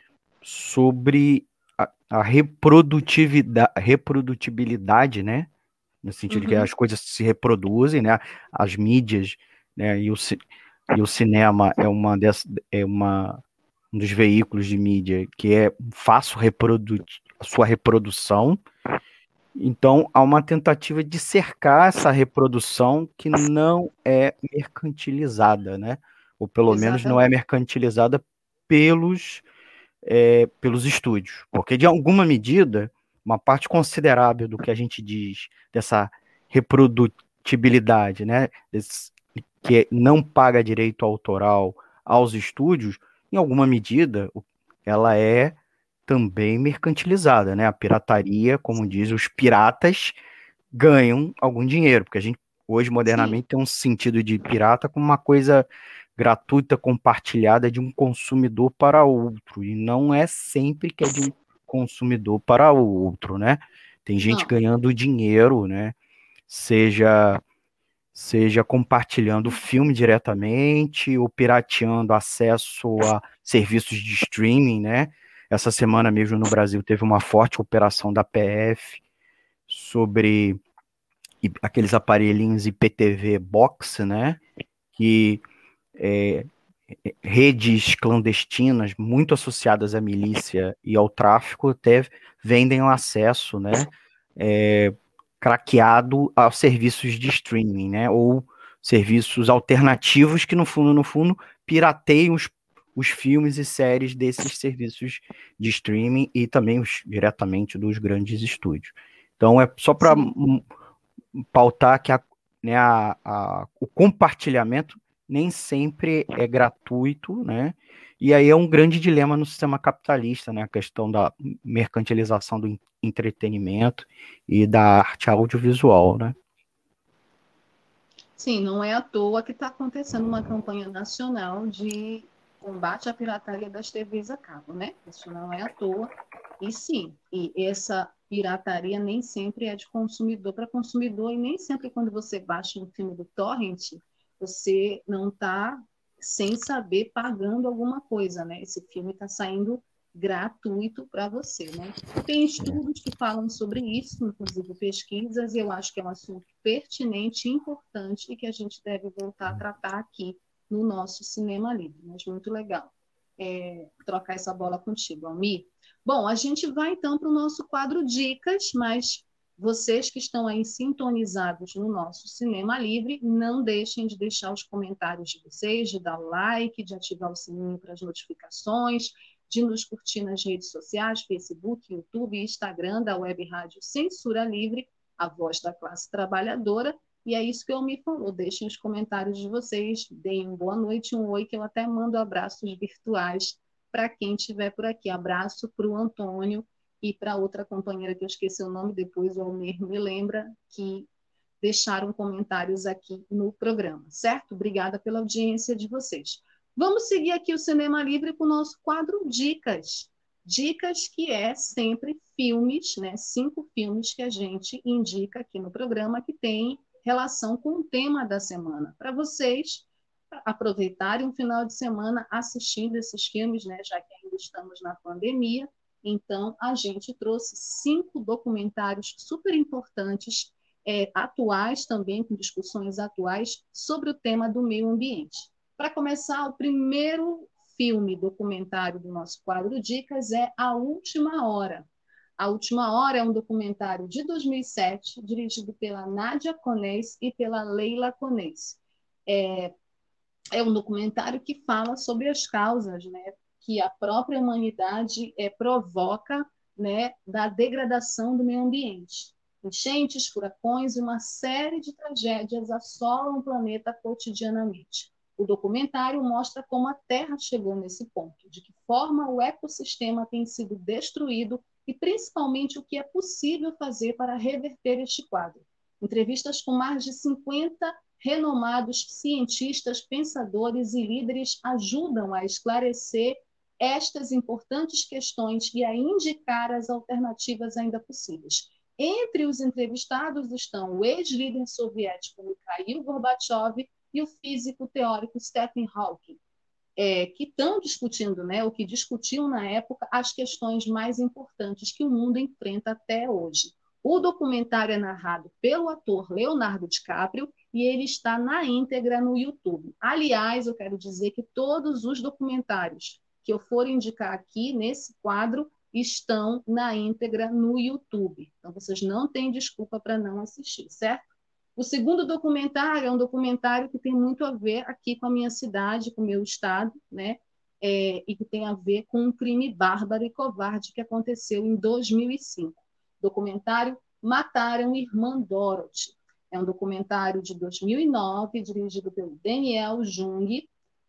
sobre a, a reprodutividade, reprodutibilidade, né? No sentido uhum. de que as coisas se reproduzem, né? As mídias, né? E o, e o cinema é uma dessas, é uma um dos veículos de mídia que é fácil reprodu a sua reprodução. Então, há uma tentativa de cercar essa reprodução que não é mercantilizada, né? Ou pelo Exatamente. menos não é mercantilizada pelos, é, pelos estúdios. Porque, de alguma medida, uma parte considerável do que a gente diz dessa reprodutibilidade, né? Desse, que não paga direito autoral aos estúdios, em alguma medida, ela é também mercantilizada, né? A pirataria, como diz, os piratas ganham algum dinheiro, porque a gente hoje, modernamente, Sim. tem um sentido de pirata como uma coisa gratuita, compartilhada de um consumidor para outro, e não é sempre que é de um consumidor para outro, né? Tem gente não. ganhando dinheiro, né? Seja... seja compartilhando o filme diretamente ou pirateando acesso a serviços de streaming, né? Essa semana mesmo no Brasil teve uma forte operação da P F sobre aqueles aparelhinhos I P T V Box, né? Que é, redes clandestinas muito associadas à milícia e ao tráfico até vendem o acesso, né? É, craqueado a serviços de streaming, né, ou serviços alternativos que, no fundo, no fundo, pirateiam os, os filmes e séries desses serviços de streaming e também os, diretamente dos grandes estúdios. Então, é só para pautar que a,
né, a, a, o compartilhamento nem sempre é gratuito, né? E aí é um grande dilema no sistema capitalista, né? A questão da mercantilização do entretenimento e da arte audiovisual, né?
Sim, não é à toa que está acontecendo uma campanha nacional de combate à pirataria das T Vs a cabo, né? Isso não é à toa. E sim, e essa pirataria nem sempre é de consumidor para consumidor, e nem sempre quando você baixa um filme do torrent, você não está, sem saber, pagando alguma coisa, né? Esse filme está saindo gratuito para você, né? Tem estudos que falam sobre isso, inclusive pesquisas, e eu acho que é um assunto pertinente, importante, e que a gente deve voltar a tratar aqui no nosso Cinema Livre. Mas muito legal é, trocar essa bola contigo, Almir. Bom, a gente vai então para o nosso quadro Dicas, mas vocês que estão aí sintonizados no nosso Cinema Livre, não deixem de deixar os comentários de vocês, de dar o like, de ativar o sininho para as notificações, de nos curtir nas redes sociais, Facebook, YouTube e Instagram da Web Rádio Censura Livre, a voz da classe trabalhadora. E é isso que eu me falou. Deixem os comentários de vocês, deem uma boa noite, um oi, que eu até mando abraços virtuais para quem estiver por aqui. Abraço para o Antônio e para outra companheira que eu esqueci o nome, depois o Almir me lembra, que deixaram comentários aqui no programa, certo? Obrigada pela audiência de vocês. Vamos seguir aqui o Cinema Livre com o nosso quadro Dicas. Dicas que é sempre filmes, né? Cinco filmes que a gente indica aqui no programa que tem relação com o tema da semana. Para vocês aproveitarem um final de semana assistindo esses filmes, né? Já que ainda estamos na pandemia. Então, a gente trouxe cinco documentários super importantes, é, atuais também, com discussões atuais, sobre o tema do meio ambiente. Para começar, o primeiro filme documentário do nosso quadro Dicas é A Última Hora. A Última Hora é um documentário de dois mil e sete, dirigido pela Nádia Konés e pela Leila Konés. É, é um documentário que fala sobre as causas, né, que a própria humanidade é, provoca, né, da degradação do meio ambiente. Enchentes, furacões e uma série de tragédias assolam o planeta cotidianamente. O documentário mostra como a Terra chegou nesse ponto, de que forma o ecossistema tem sido destruído e, principalmente, o que é possível fazer para reverter este quadro. Entrevistas com mais de cinquenta renomados cientistas, pensadores e líderes ajudam a esclarecer estas importantes questões e a indicar as alternativas ainda possíveis. Entre os entrevistados estão o ex-líder soviético Mikhail Gorbachev e o físico teórico Stephen Hawking, é, que estão discutindo, né, ou que discutiam na época, as questões mais importantes que o mundo enfrenta até hoje. O documentário é narrado pelo ator Leonardo DiCaprio e ele está na íntegra no YouTube. Aliás, eu quero dizer que todos os documentários que eu for indicar aqui nesse quadro estão na íntegra no YouTube. Então, vocês não têm desculpa para não assistir, certo? O segundo documentário é um documentário que tem muito a ver aqui com a minha cidade, com o meu estado, né? É, e que tem a ver com um crime bárbaro e covarde que aconteceu em dois mil e cinco. Documentário Mataram Irmã Dorothy. É um documentário de dois mil e nove, dirigido pelo Daniel Jung.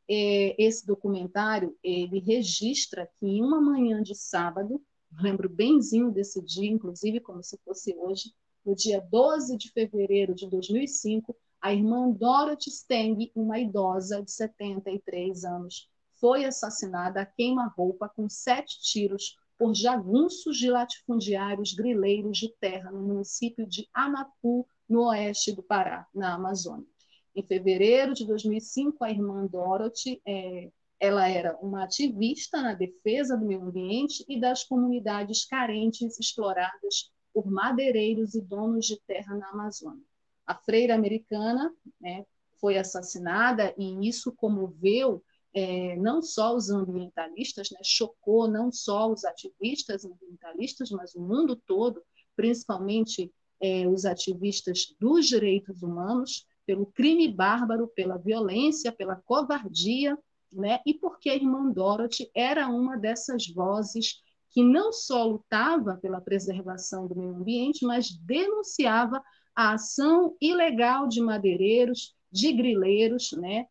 É, esse documentário ele registra que em uma manhã de sábado, lembro benzinho desse dia, inclusive como se fosse hoje, no dia doze de fevereiro de dois mil e cinco, a irmã Dorothy Stang, uma idosa de setenta e três anos, foi assassinada a queima-roupa com sete tiros por jagunços de latifundiários grileiros de terra no município de Anapu, no oeste do Pará, na Amazônia. Em fevereiro de dois mil e cinco, a irmã Dorothy é, ela era uma ativista na defesa do meio ambiente e das comunidades carentes exploradas por madeireiros e donos de terra na Amazônia. A freira americana, né, foi assassinada e isso comoveu é, não só os ambientalistas, né, chocou não só os ativistas ambientalistas, mas o mundo todo, principalmente é, os ativistas dos direitos humanos, pelo crime bárbaro, pela violência, pela covardia, né, e porque a irmã Dorothy era uma dessas vozes que não só lutava pela preservação do meio ambiente, mas denunciava a ação ilegal de madeireiros, de grileiros, né?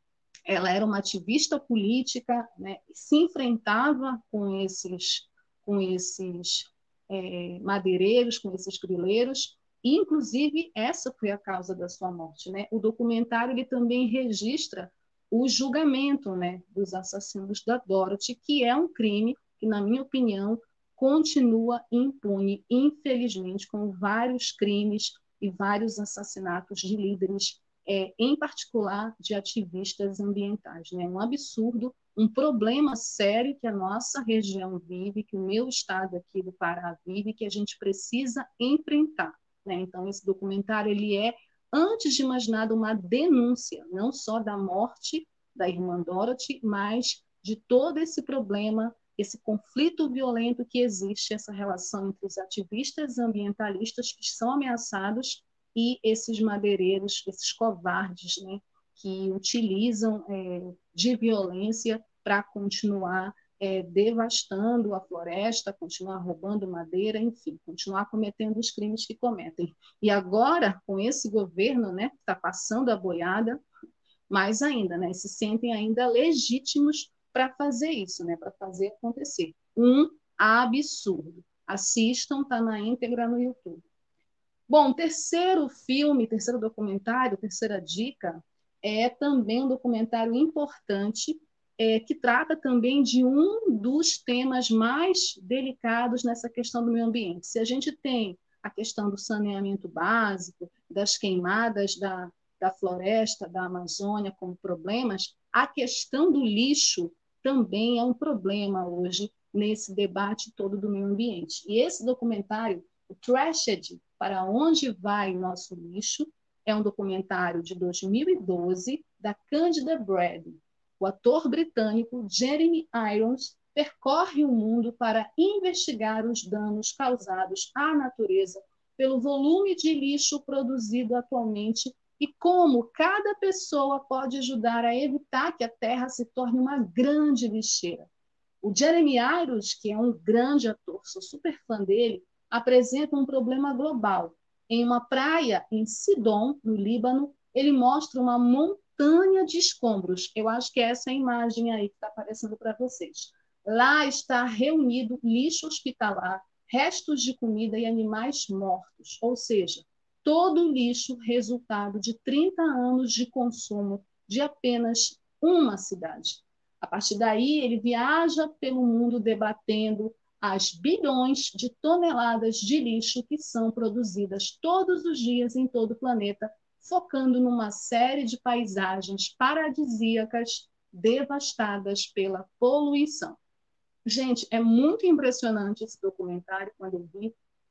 Ela era uma ativista política, né? Se enfrentava com esses, com esses é, madeireiros, com esses grileiros, e, inclusive, essa foi a causa da sua morte, né? O documentário ele também registra o julgamento, né, dos assassinos da Dorothy, que é um crime que, na minha opinião, continua impune, infelizmente, com vários crimes e vários assassinatos de líderes, é, em particular de ativistas ambientais. Né? Um absurdo, um problema sério que a nossa região vive, que o meu estado aqui do Pará vive, que a gente precisa enfrentar. Né? Então, esse documentário ele é, antes de mais nada, uma denúncia, não só da morte da irmã Dorothy, mas de todo esse problema, esse conflito violento que existe, essa relação entre os ativistas ambientalistas que são ameaçados e esses madeireiros, esses covardes, né, que utilizam é, de violência para continuar é, devastando a floresta, continuar roubando madeira, enfim, continuar cometendo os crimes que cometem. E agora, com esse governo, né, que está passando a boiada, mais ainda, né, se sentem ainda legítimos para fazer isso, né, para fazer acontecer. Um absurdo. Assistam, está na íntegra no YouTube. Bom, terceiro filme, terceiro documentário, terceira dica, é também um documentário importante, é, que trata também de um dos temas mais delicados nessa questão do meio ambiente. Se a gente tem a questão do saneamento básico, das queimadas da, da floresta, da Amazônia como problemas, a questão do lixo também é um problema hoje nesse debate todo do meio ambiente. E esse documentário, o Trashed, Para Onde Vai Nosso Lixo, é um documentário de dois mil e doze da Candida Brady. O ator britânico Jeremy Irons percorre o mundo para investigar os danos causados à natureza pelo volume de lixo produzido atualmente e como cada pessoa pode ajudar a evitar que a Terra se torne uma grande lixeira. O Jeremy Irons, que é um grande ator, sou super fã dele, apresenta um problema global. Em uma praia em Sidon, no Líbano, ele mostra uma montanha de escombros. Eu acho que é essa imagem aí que está aparecendo para vocês. Lá está reunido lixo hospitalar, restos de comida e animais mortos, ou seja, todo o lixo resultado de trinta anos de consumo de apenas uma cidade. A partir daí, ele viaja pelo mundo debatendo as bilhões de toneladas de lixo que são produzidas todos os dias em todo o planeta, focando numa série de paisagens paradisíacas devastadas pela poluição. Gente, é muito impressionante esse documentário quando eu vi,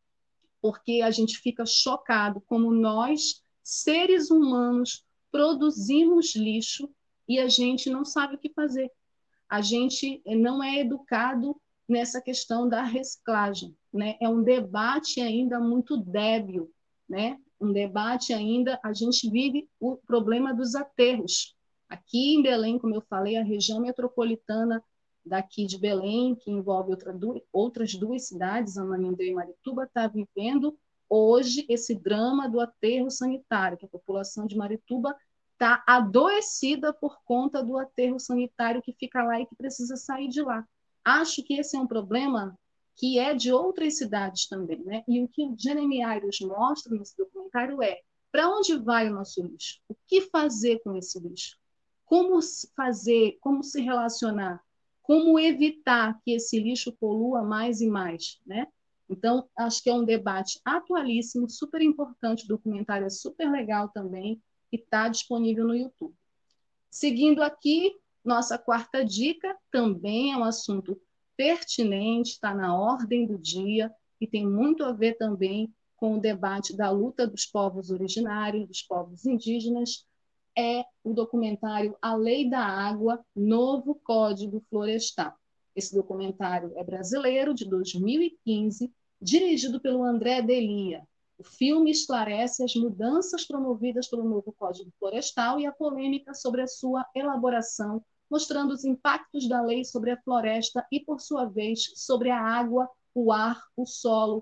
porque a gente fica chocado como nós, seres humanos, produzimos lixo e a gente não sabe o que fazer. A gente não é educado nessa questão da reciclagem, né? É um debate ainda muito débil, né? Um debate ainda, a gente vive o problema dos aterros. Aqui em Belém, como eu falei, a região metropolitana daqui de Belém, que envolve outra, outras duas cidades, Ananindeua e Marituba, está vivendo hoje esse drama do aterro sanitário, que a população de Marituba está adoecida por conta do aterro sanitário que fica lá e que precisa sair de lá. Acho que esse é um problema que é de outras cidades também, né? E o que o Jeremy Irons mostra nesse documentário é para onde vai o nosso lixo? O que fazer com esse lixo? Como fazer, como se relacionar? Como evitar que esse lixo polua mais e mais, né? Então, acho que é um debate atualíssimo, super importante, o documentário é super legal também, e está disponível no YouTube. Seguindo aqui, nossa quarta dica também é um assunto pertinente, está na ordem do dia e tem muito a ver também com o debate da luta dos povos originários, dos povos indígenas, é o documentário A Lei da Água, Novo Código Florestal. Esse documentário é brasileiro, de dois mil e quinze, dirigido pelo André Delia. O filme esclarece as mudanças promovidas pelo novo Código Florestal e a polêmica sobre a sua elaboração, mostrando os impactos da lei sobre a floresta e, por sua vez, sobre a água, o ar, o solo,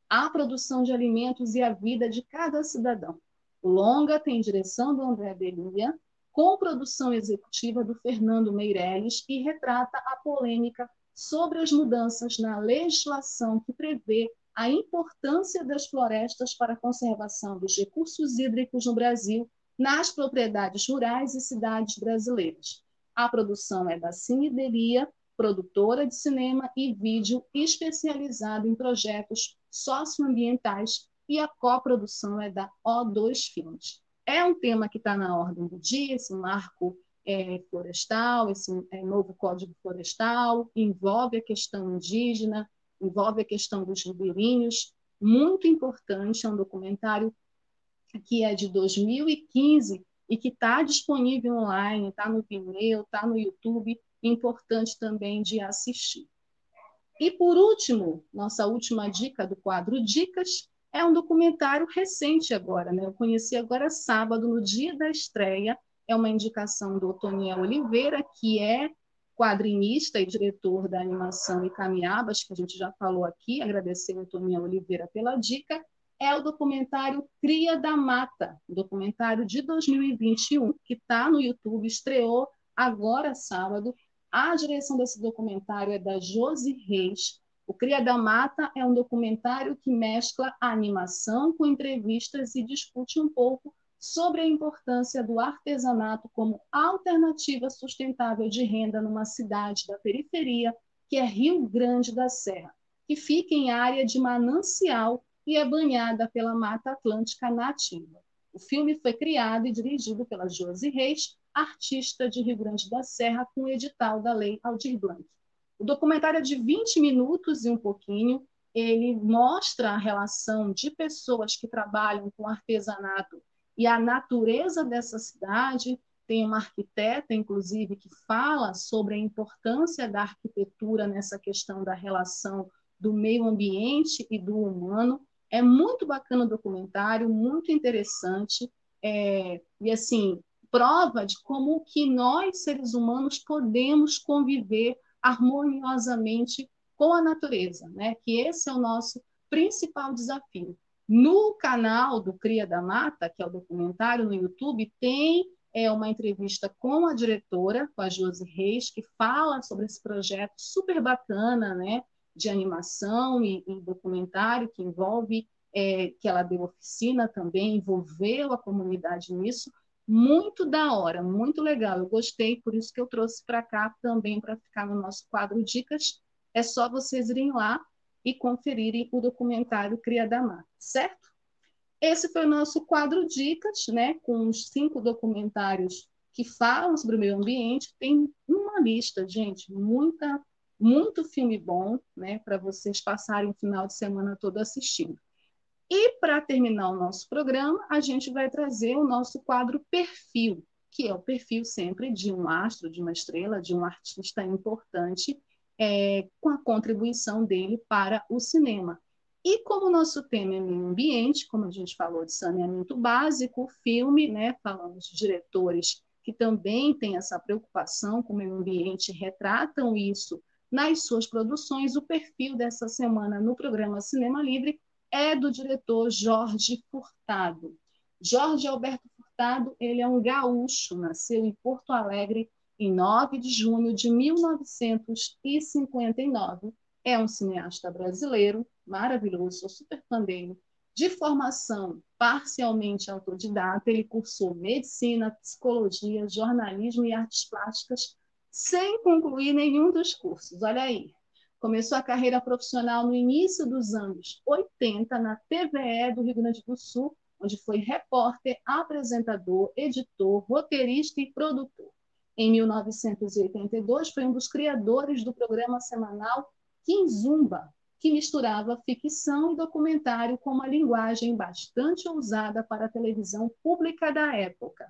a produção de alimentos e a vida de cada cidadão. O longa tem direção do André Delia, com produção executiva do Fernando Meirelles e retrata a polêmica sobre as mudanças na legislação que prevê a importância das florestas para a conservação dos recursos hídricos no Brasil, nas propriedades rurais e cidades brasileiras. A produção é da Cine Delia, produtora de cinema e vídeo especializada em projetos socioambientais, e a coprodução é da O dois Filmes. É um tema que está na ordem do dia, esse marco é, florestal, esse é, novo Código Florestal, envolve a questão indígena, envolve a questão dos ribeirinhos, muito importante, é um documentário que é de dois mil e quinze e que está disponível online, está no Vimeo, está no YouTube, importante também de assistir. E, por último, nossa última dica do quadro Dicas é um documentário recente agora, né? Eu conheci agora sábado, no dia da estreia, é uma indicação do Otoniel Oliveira, que é quadrinista e diretor da animação Icamiabas, que a gente já falou aqui, agradecer ao Otoniel Oliveira pela dica, é o documentário Cria da Mata, documentário de dois mil e vinte e um, que está no YouTube, estreou agora sábado. A direção desse documentário é da Josi Reis. O Cria da Mata é um documentário que mescla a animação com entrevistas e discute um pouco sobre a importância do artesanato como alternativa sustentável de renda numa cidade da periferia, que é Rio Grande da Serra, que fica em área de manancial e é banhada pela Mata Atlântica nativa. O filme foi criado e dirigido pela Josi Reis, artista de Rio Grande da Serra, com o edital da Lei Aldir Blanc. O documentário é de vinte minutos e um pouquinho, ele mostra a relação de pessoas que trabalham com artesanato e a natureza dessa cidade. Tem uma arquiteta, inclusive, que fala sobre a importância da arquitetura nessa questão da relação do meio ambiente e do humano. É muito bacana o documentário, muito interessante, é, e assim, prova de como que nós, seres humanos, podemos conviver harmoniosamente com a natureza, né? Que esse é o nosso principal desafio. No canal do Cria da Mata, que é o documentário no YouTube, tem é, uma entrevista com a diretora, com a Josi Reis, que fala sobre esse projeto super bacana, né? De animação e, e documentário, que envolve, é, que ela deu oficina também, envolveu a comunidade nisso. Muito da hora, muito legal. Eu gostei, por isso que eu trouxe para cá também para ficar no nosso quadro Dicas. É só vocês irem lá e conferirem o documentário Cria da Mata, certo? Esse foi o nosso quadro Dicas, né, com os cinco documentários que falam sobre o meio ambiente. Tem uma lista, gente, muita, muito filme bom, né, para vocês passarem o final de semana todo assistindo. E, para terminar o nosso programa, a gente vai trazer o nosso quadro Perfil, que é o perfil sempre de um astro, de uma estrela, de um artista importante, é, com a contribuição dele para o cinema. E como o nosso tema é meio ambiente, como a gente falou de saneamento básico, filme, né, falamos de diretores que também têm essa preocupação com o meio ambiente, retratam isso nas suas produções. O perfil dessa semana no programa Cinema Livre é do diretor Jorge Furtado. Jorge Alberto Furtado, ele é um gaúcho, nasceu em Porto Alegre em nove de junho de mil novecentos e cinquenta e nove. É um cineasta brasileiro, maravilhoso, sou super fã dele. De formação parcialmente autodidata, ele cursou medicina, psicologia, jornalismo e artes plásticas, sem concluir nenhum dos cursos. Olha aí. Começou a carreira profissional no início dos anos oitenta na T V E do Rio Grande do Sul, onde foi repórter, apresentador, editor, roteirista e produtor. Em mil novecentos e oitenta e dois, foi um dos criadores do programa semanal Quinzumba, que misturava ficção e documentário com uma linguagem bastante ousada para a televisão pública da época.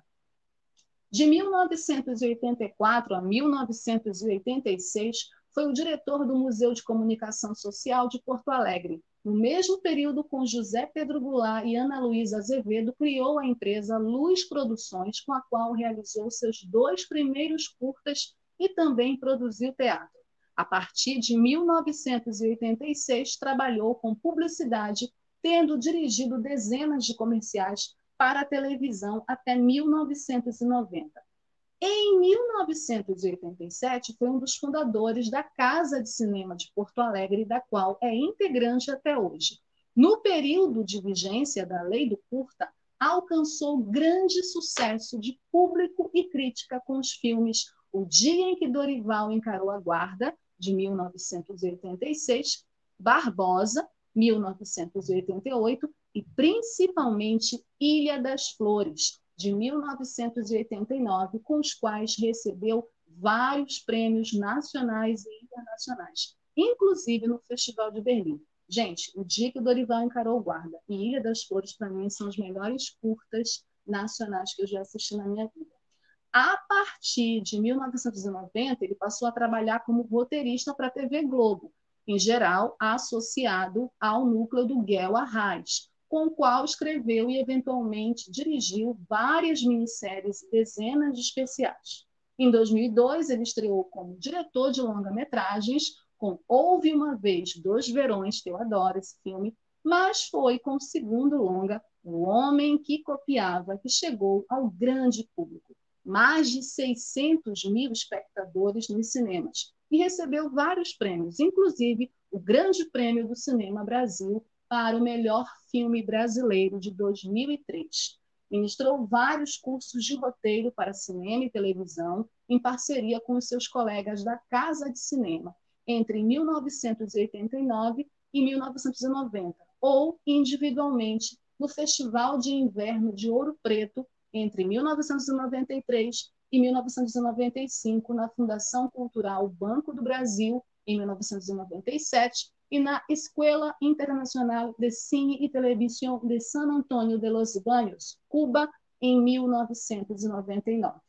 De mil novecentos e oitenta e quatro a mil novecentos e oitenta e seis, foi o diretor do Museu de Comunicação Social de Porto Alegre. No mesmo período, com José Pedro Goulart e Ana Luísa Azevedo, criou a empresa Luz Produções, com a qual realizou seus dois primeiros curtas e também produziu teatro. A partir de mil novecentos e oitenta e seis, trabalhou com publicidade, tendo dirigido dezenas de comerciais para a televisão até mil novecentos e noventa. Em mil novecentos e oitenta e sete, foi um dos fundadores da Casa de Cinema de Porto Alegre, da qual é integrante até hoje. No período de vigência da Lei do Curta, alcançou grande sucesso de público e crítica com os filmes O Dia em que Dorival Encarou a Guarda, de mil novecentos e oitenta e seis, Barbosa, mil novecentos e oitenta e oito, e principalmente Ilha das Flores, de mil novecentos e oitenta e nove, com os quais recebeu vários prêmios nacionais e internacionais, inclusive no Festival de Berlim. Gente, O Dia que o Dorival Encarou o Guarda e Ilha das Flores, para mim, são os melhores curtas nacionais que eu já assisti na minha vida. A partir de mil novecentos e noventa, ele passou a trabalhar como roteirista para a T V Globo, em geral associado ao núcleo do Guel Arraes, com o qual escreveu e, eventualmente, dirigiu várias minisséries e dezenas de especiais. Em dois mil e dois, ele estreou como diretor de longa-metragens com Houve Uma Vez Dois Verões, que eu adoro esse filme, mas foi com o segundo longa, O Homem que Copiava, que chegou ao grande público. Mais de seiscentos mil espectadores nos cinemas, e recebeu vários prêmios, inclusive o Grande Prêmio do Cinema Brasil para o melhor filme brasileiro de dois mil e três. Ministrou vários cursos de roteiro para cinema e televisão, em parceria com os seus colegas da Casa de Cinema, entre mil novecentos e oitenta e nove e mil novecentos e noventa, ou individualmente no Festival de Inverno de Ouro Preto, entre mil novecentos e noventa e três e mil novecentos e noventa e cinco, na Fundação Cultural Banco do Brasil, em mil novecentos e noventa e sete, e na Escuela Internacional de Cine e Televisão de San Antonio de los Baños, Cuba, em mil novecentos e noventa e nove.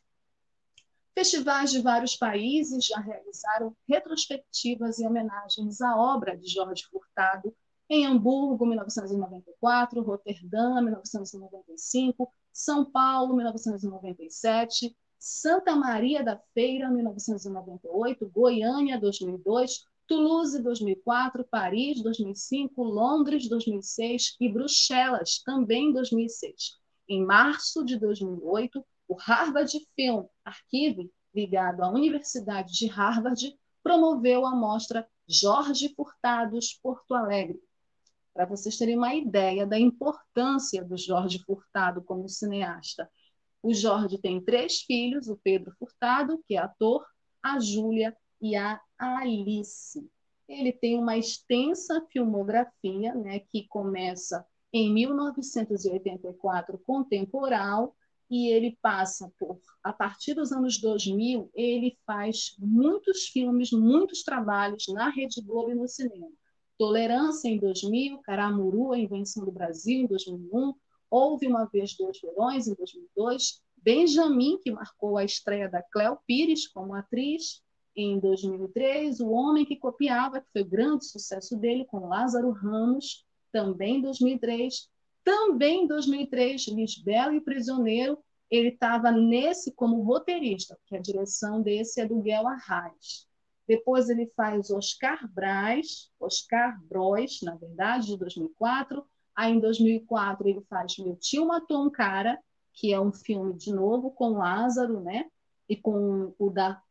Festivais de vários países já realizaram retrospectivas e homenagens à obra de Jorge Furtado, em Hamburgo, mil novecentos e noventa e quatro, Roterdã, mil novecentos e noventa e cinco, São Paulo, mil novecentos e noventa e sete, Santa Maria da Feira, mil novecentos e noventa e oito, Goiânia, dois mil e dois, Toulouse, dois mil e quatro, Paris, dois mil e cinco, Londres, dois mil e seis e Bruxelas, também dois mil e seis. Em março de dois mil e oito, o Harvard Film Archive, ligado à Universidade de Harvard, promoveu a mostra Jorge Furtados Porto Alegre. Para vocês terem uma ideia da importância do Jorge Furtado como cineasta. O Jorge tem três filhos, o Pedro Furtado, que é ator, a Júlia e a Alice. Ele tem uma extensa filmografia, né, que começa em mil novecentos e oitenta e quatro com Temporal, e ele passa por, a partir dos anos dois mil, ele faz muitos filmes, muitos trabalhos na Rede Globo e no cinema. Tolerância, em dois mil, Caramuru, A Invenção do Brasil, em dois mil e um, Houve Uma Vez Dois Verões, em dois mil e dois, Benjamin, que marcou a estreia da Cléo Pires como atriz, em dois mil e três, O Homem que Copiava, que foi o grande sucesso dele, com Lázaro Ramos, também em dois mil e três. Também em dois mil e três, Lisbela e o Prisioneiro, ele estava nesse como roteirista, porque a direção desse é do Guel Arraes. Depois ele faz Oscar Braz, Oscar Bros, na verdade, de dois mil e quatro. Aí, em dois mil e quatro, ele faz Meu Tio Matou um Cara, que é um filme, de novo, com Lázaro, né? E com o Dar,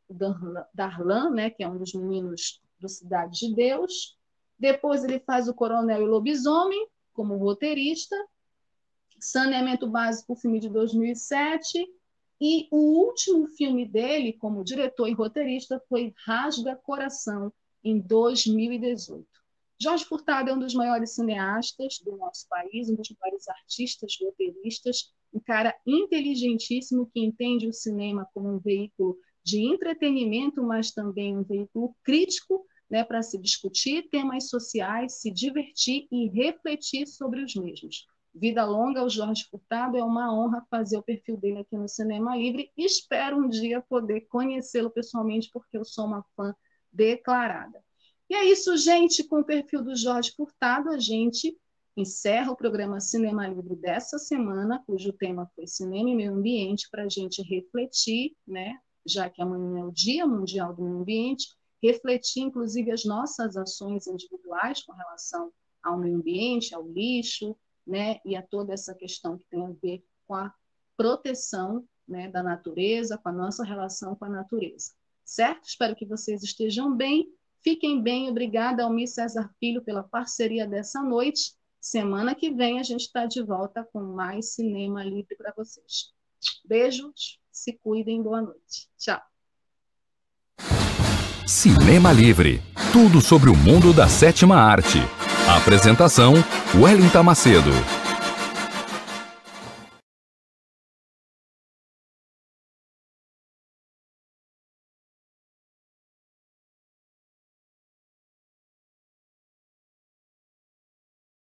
Darlan, né? Que é um dos meninos do Cidade de Deus. Depois ele faz O Coronel e o Lobisomem, como roteirista. Saneamento Básico, filme de dois mil e sete. E o último filme dele, como diretor e roteirista, foi Rasga Coração, em dois mil e dezoito. Jorge Furtado é um dos maiores cineastas do nosso país, um dos maiores artistas, roteiristas, um cara inteligentíssimo que entende o cinema como um veículo de entretenimento, mas também um veículo crítico, né, para se discutir temas sociais, se divertir e refletir sobre os mesmos. Vida longa ao Jorge Furtado, é uma honra fazer o perfil dele aqui no Cinema Livre. Espero um dia poder conhecê-lo pessoalmente, porque eu sou uma fã declarada. E é isso, gente, com o perfil do Jorge Furtado, a gente encerra o programa Cinema Livre dessa semana, cujo tema foi Cinema e Meio Ambiente, para a gente refletir, né, já que amanhã é o Dia Mundial do Meio Ambiente, refletir, inclusive, as nossas ações individuais com relação ao meio ambiente, ao lixo, né, e a toda essa questão que tem a ver com a proteção, né, da natureza, com a nossa relação com a natureza. Certo? Espero que vocês estejam bem. Fiquem bem. Obrigada, Almir César Filho, pela parceria dessa noite. Semana que vem a gente está de volta com mais Cinema Livre para vocês. Beijos, se cuidem, boa noite. Tchau.
Cinema Livre. Tudo sobre o mundo da sétima arte. Apresentação, Wellington Macedo.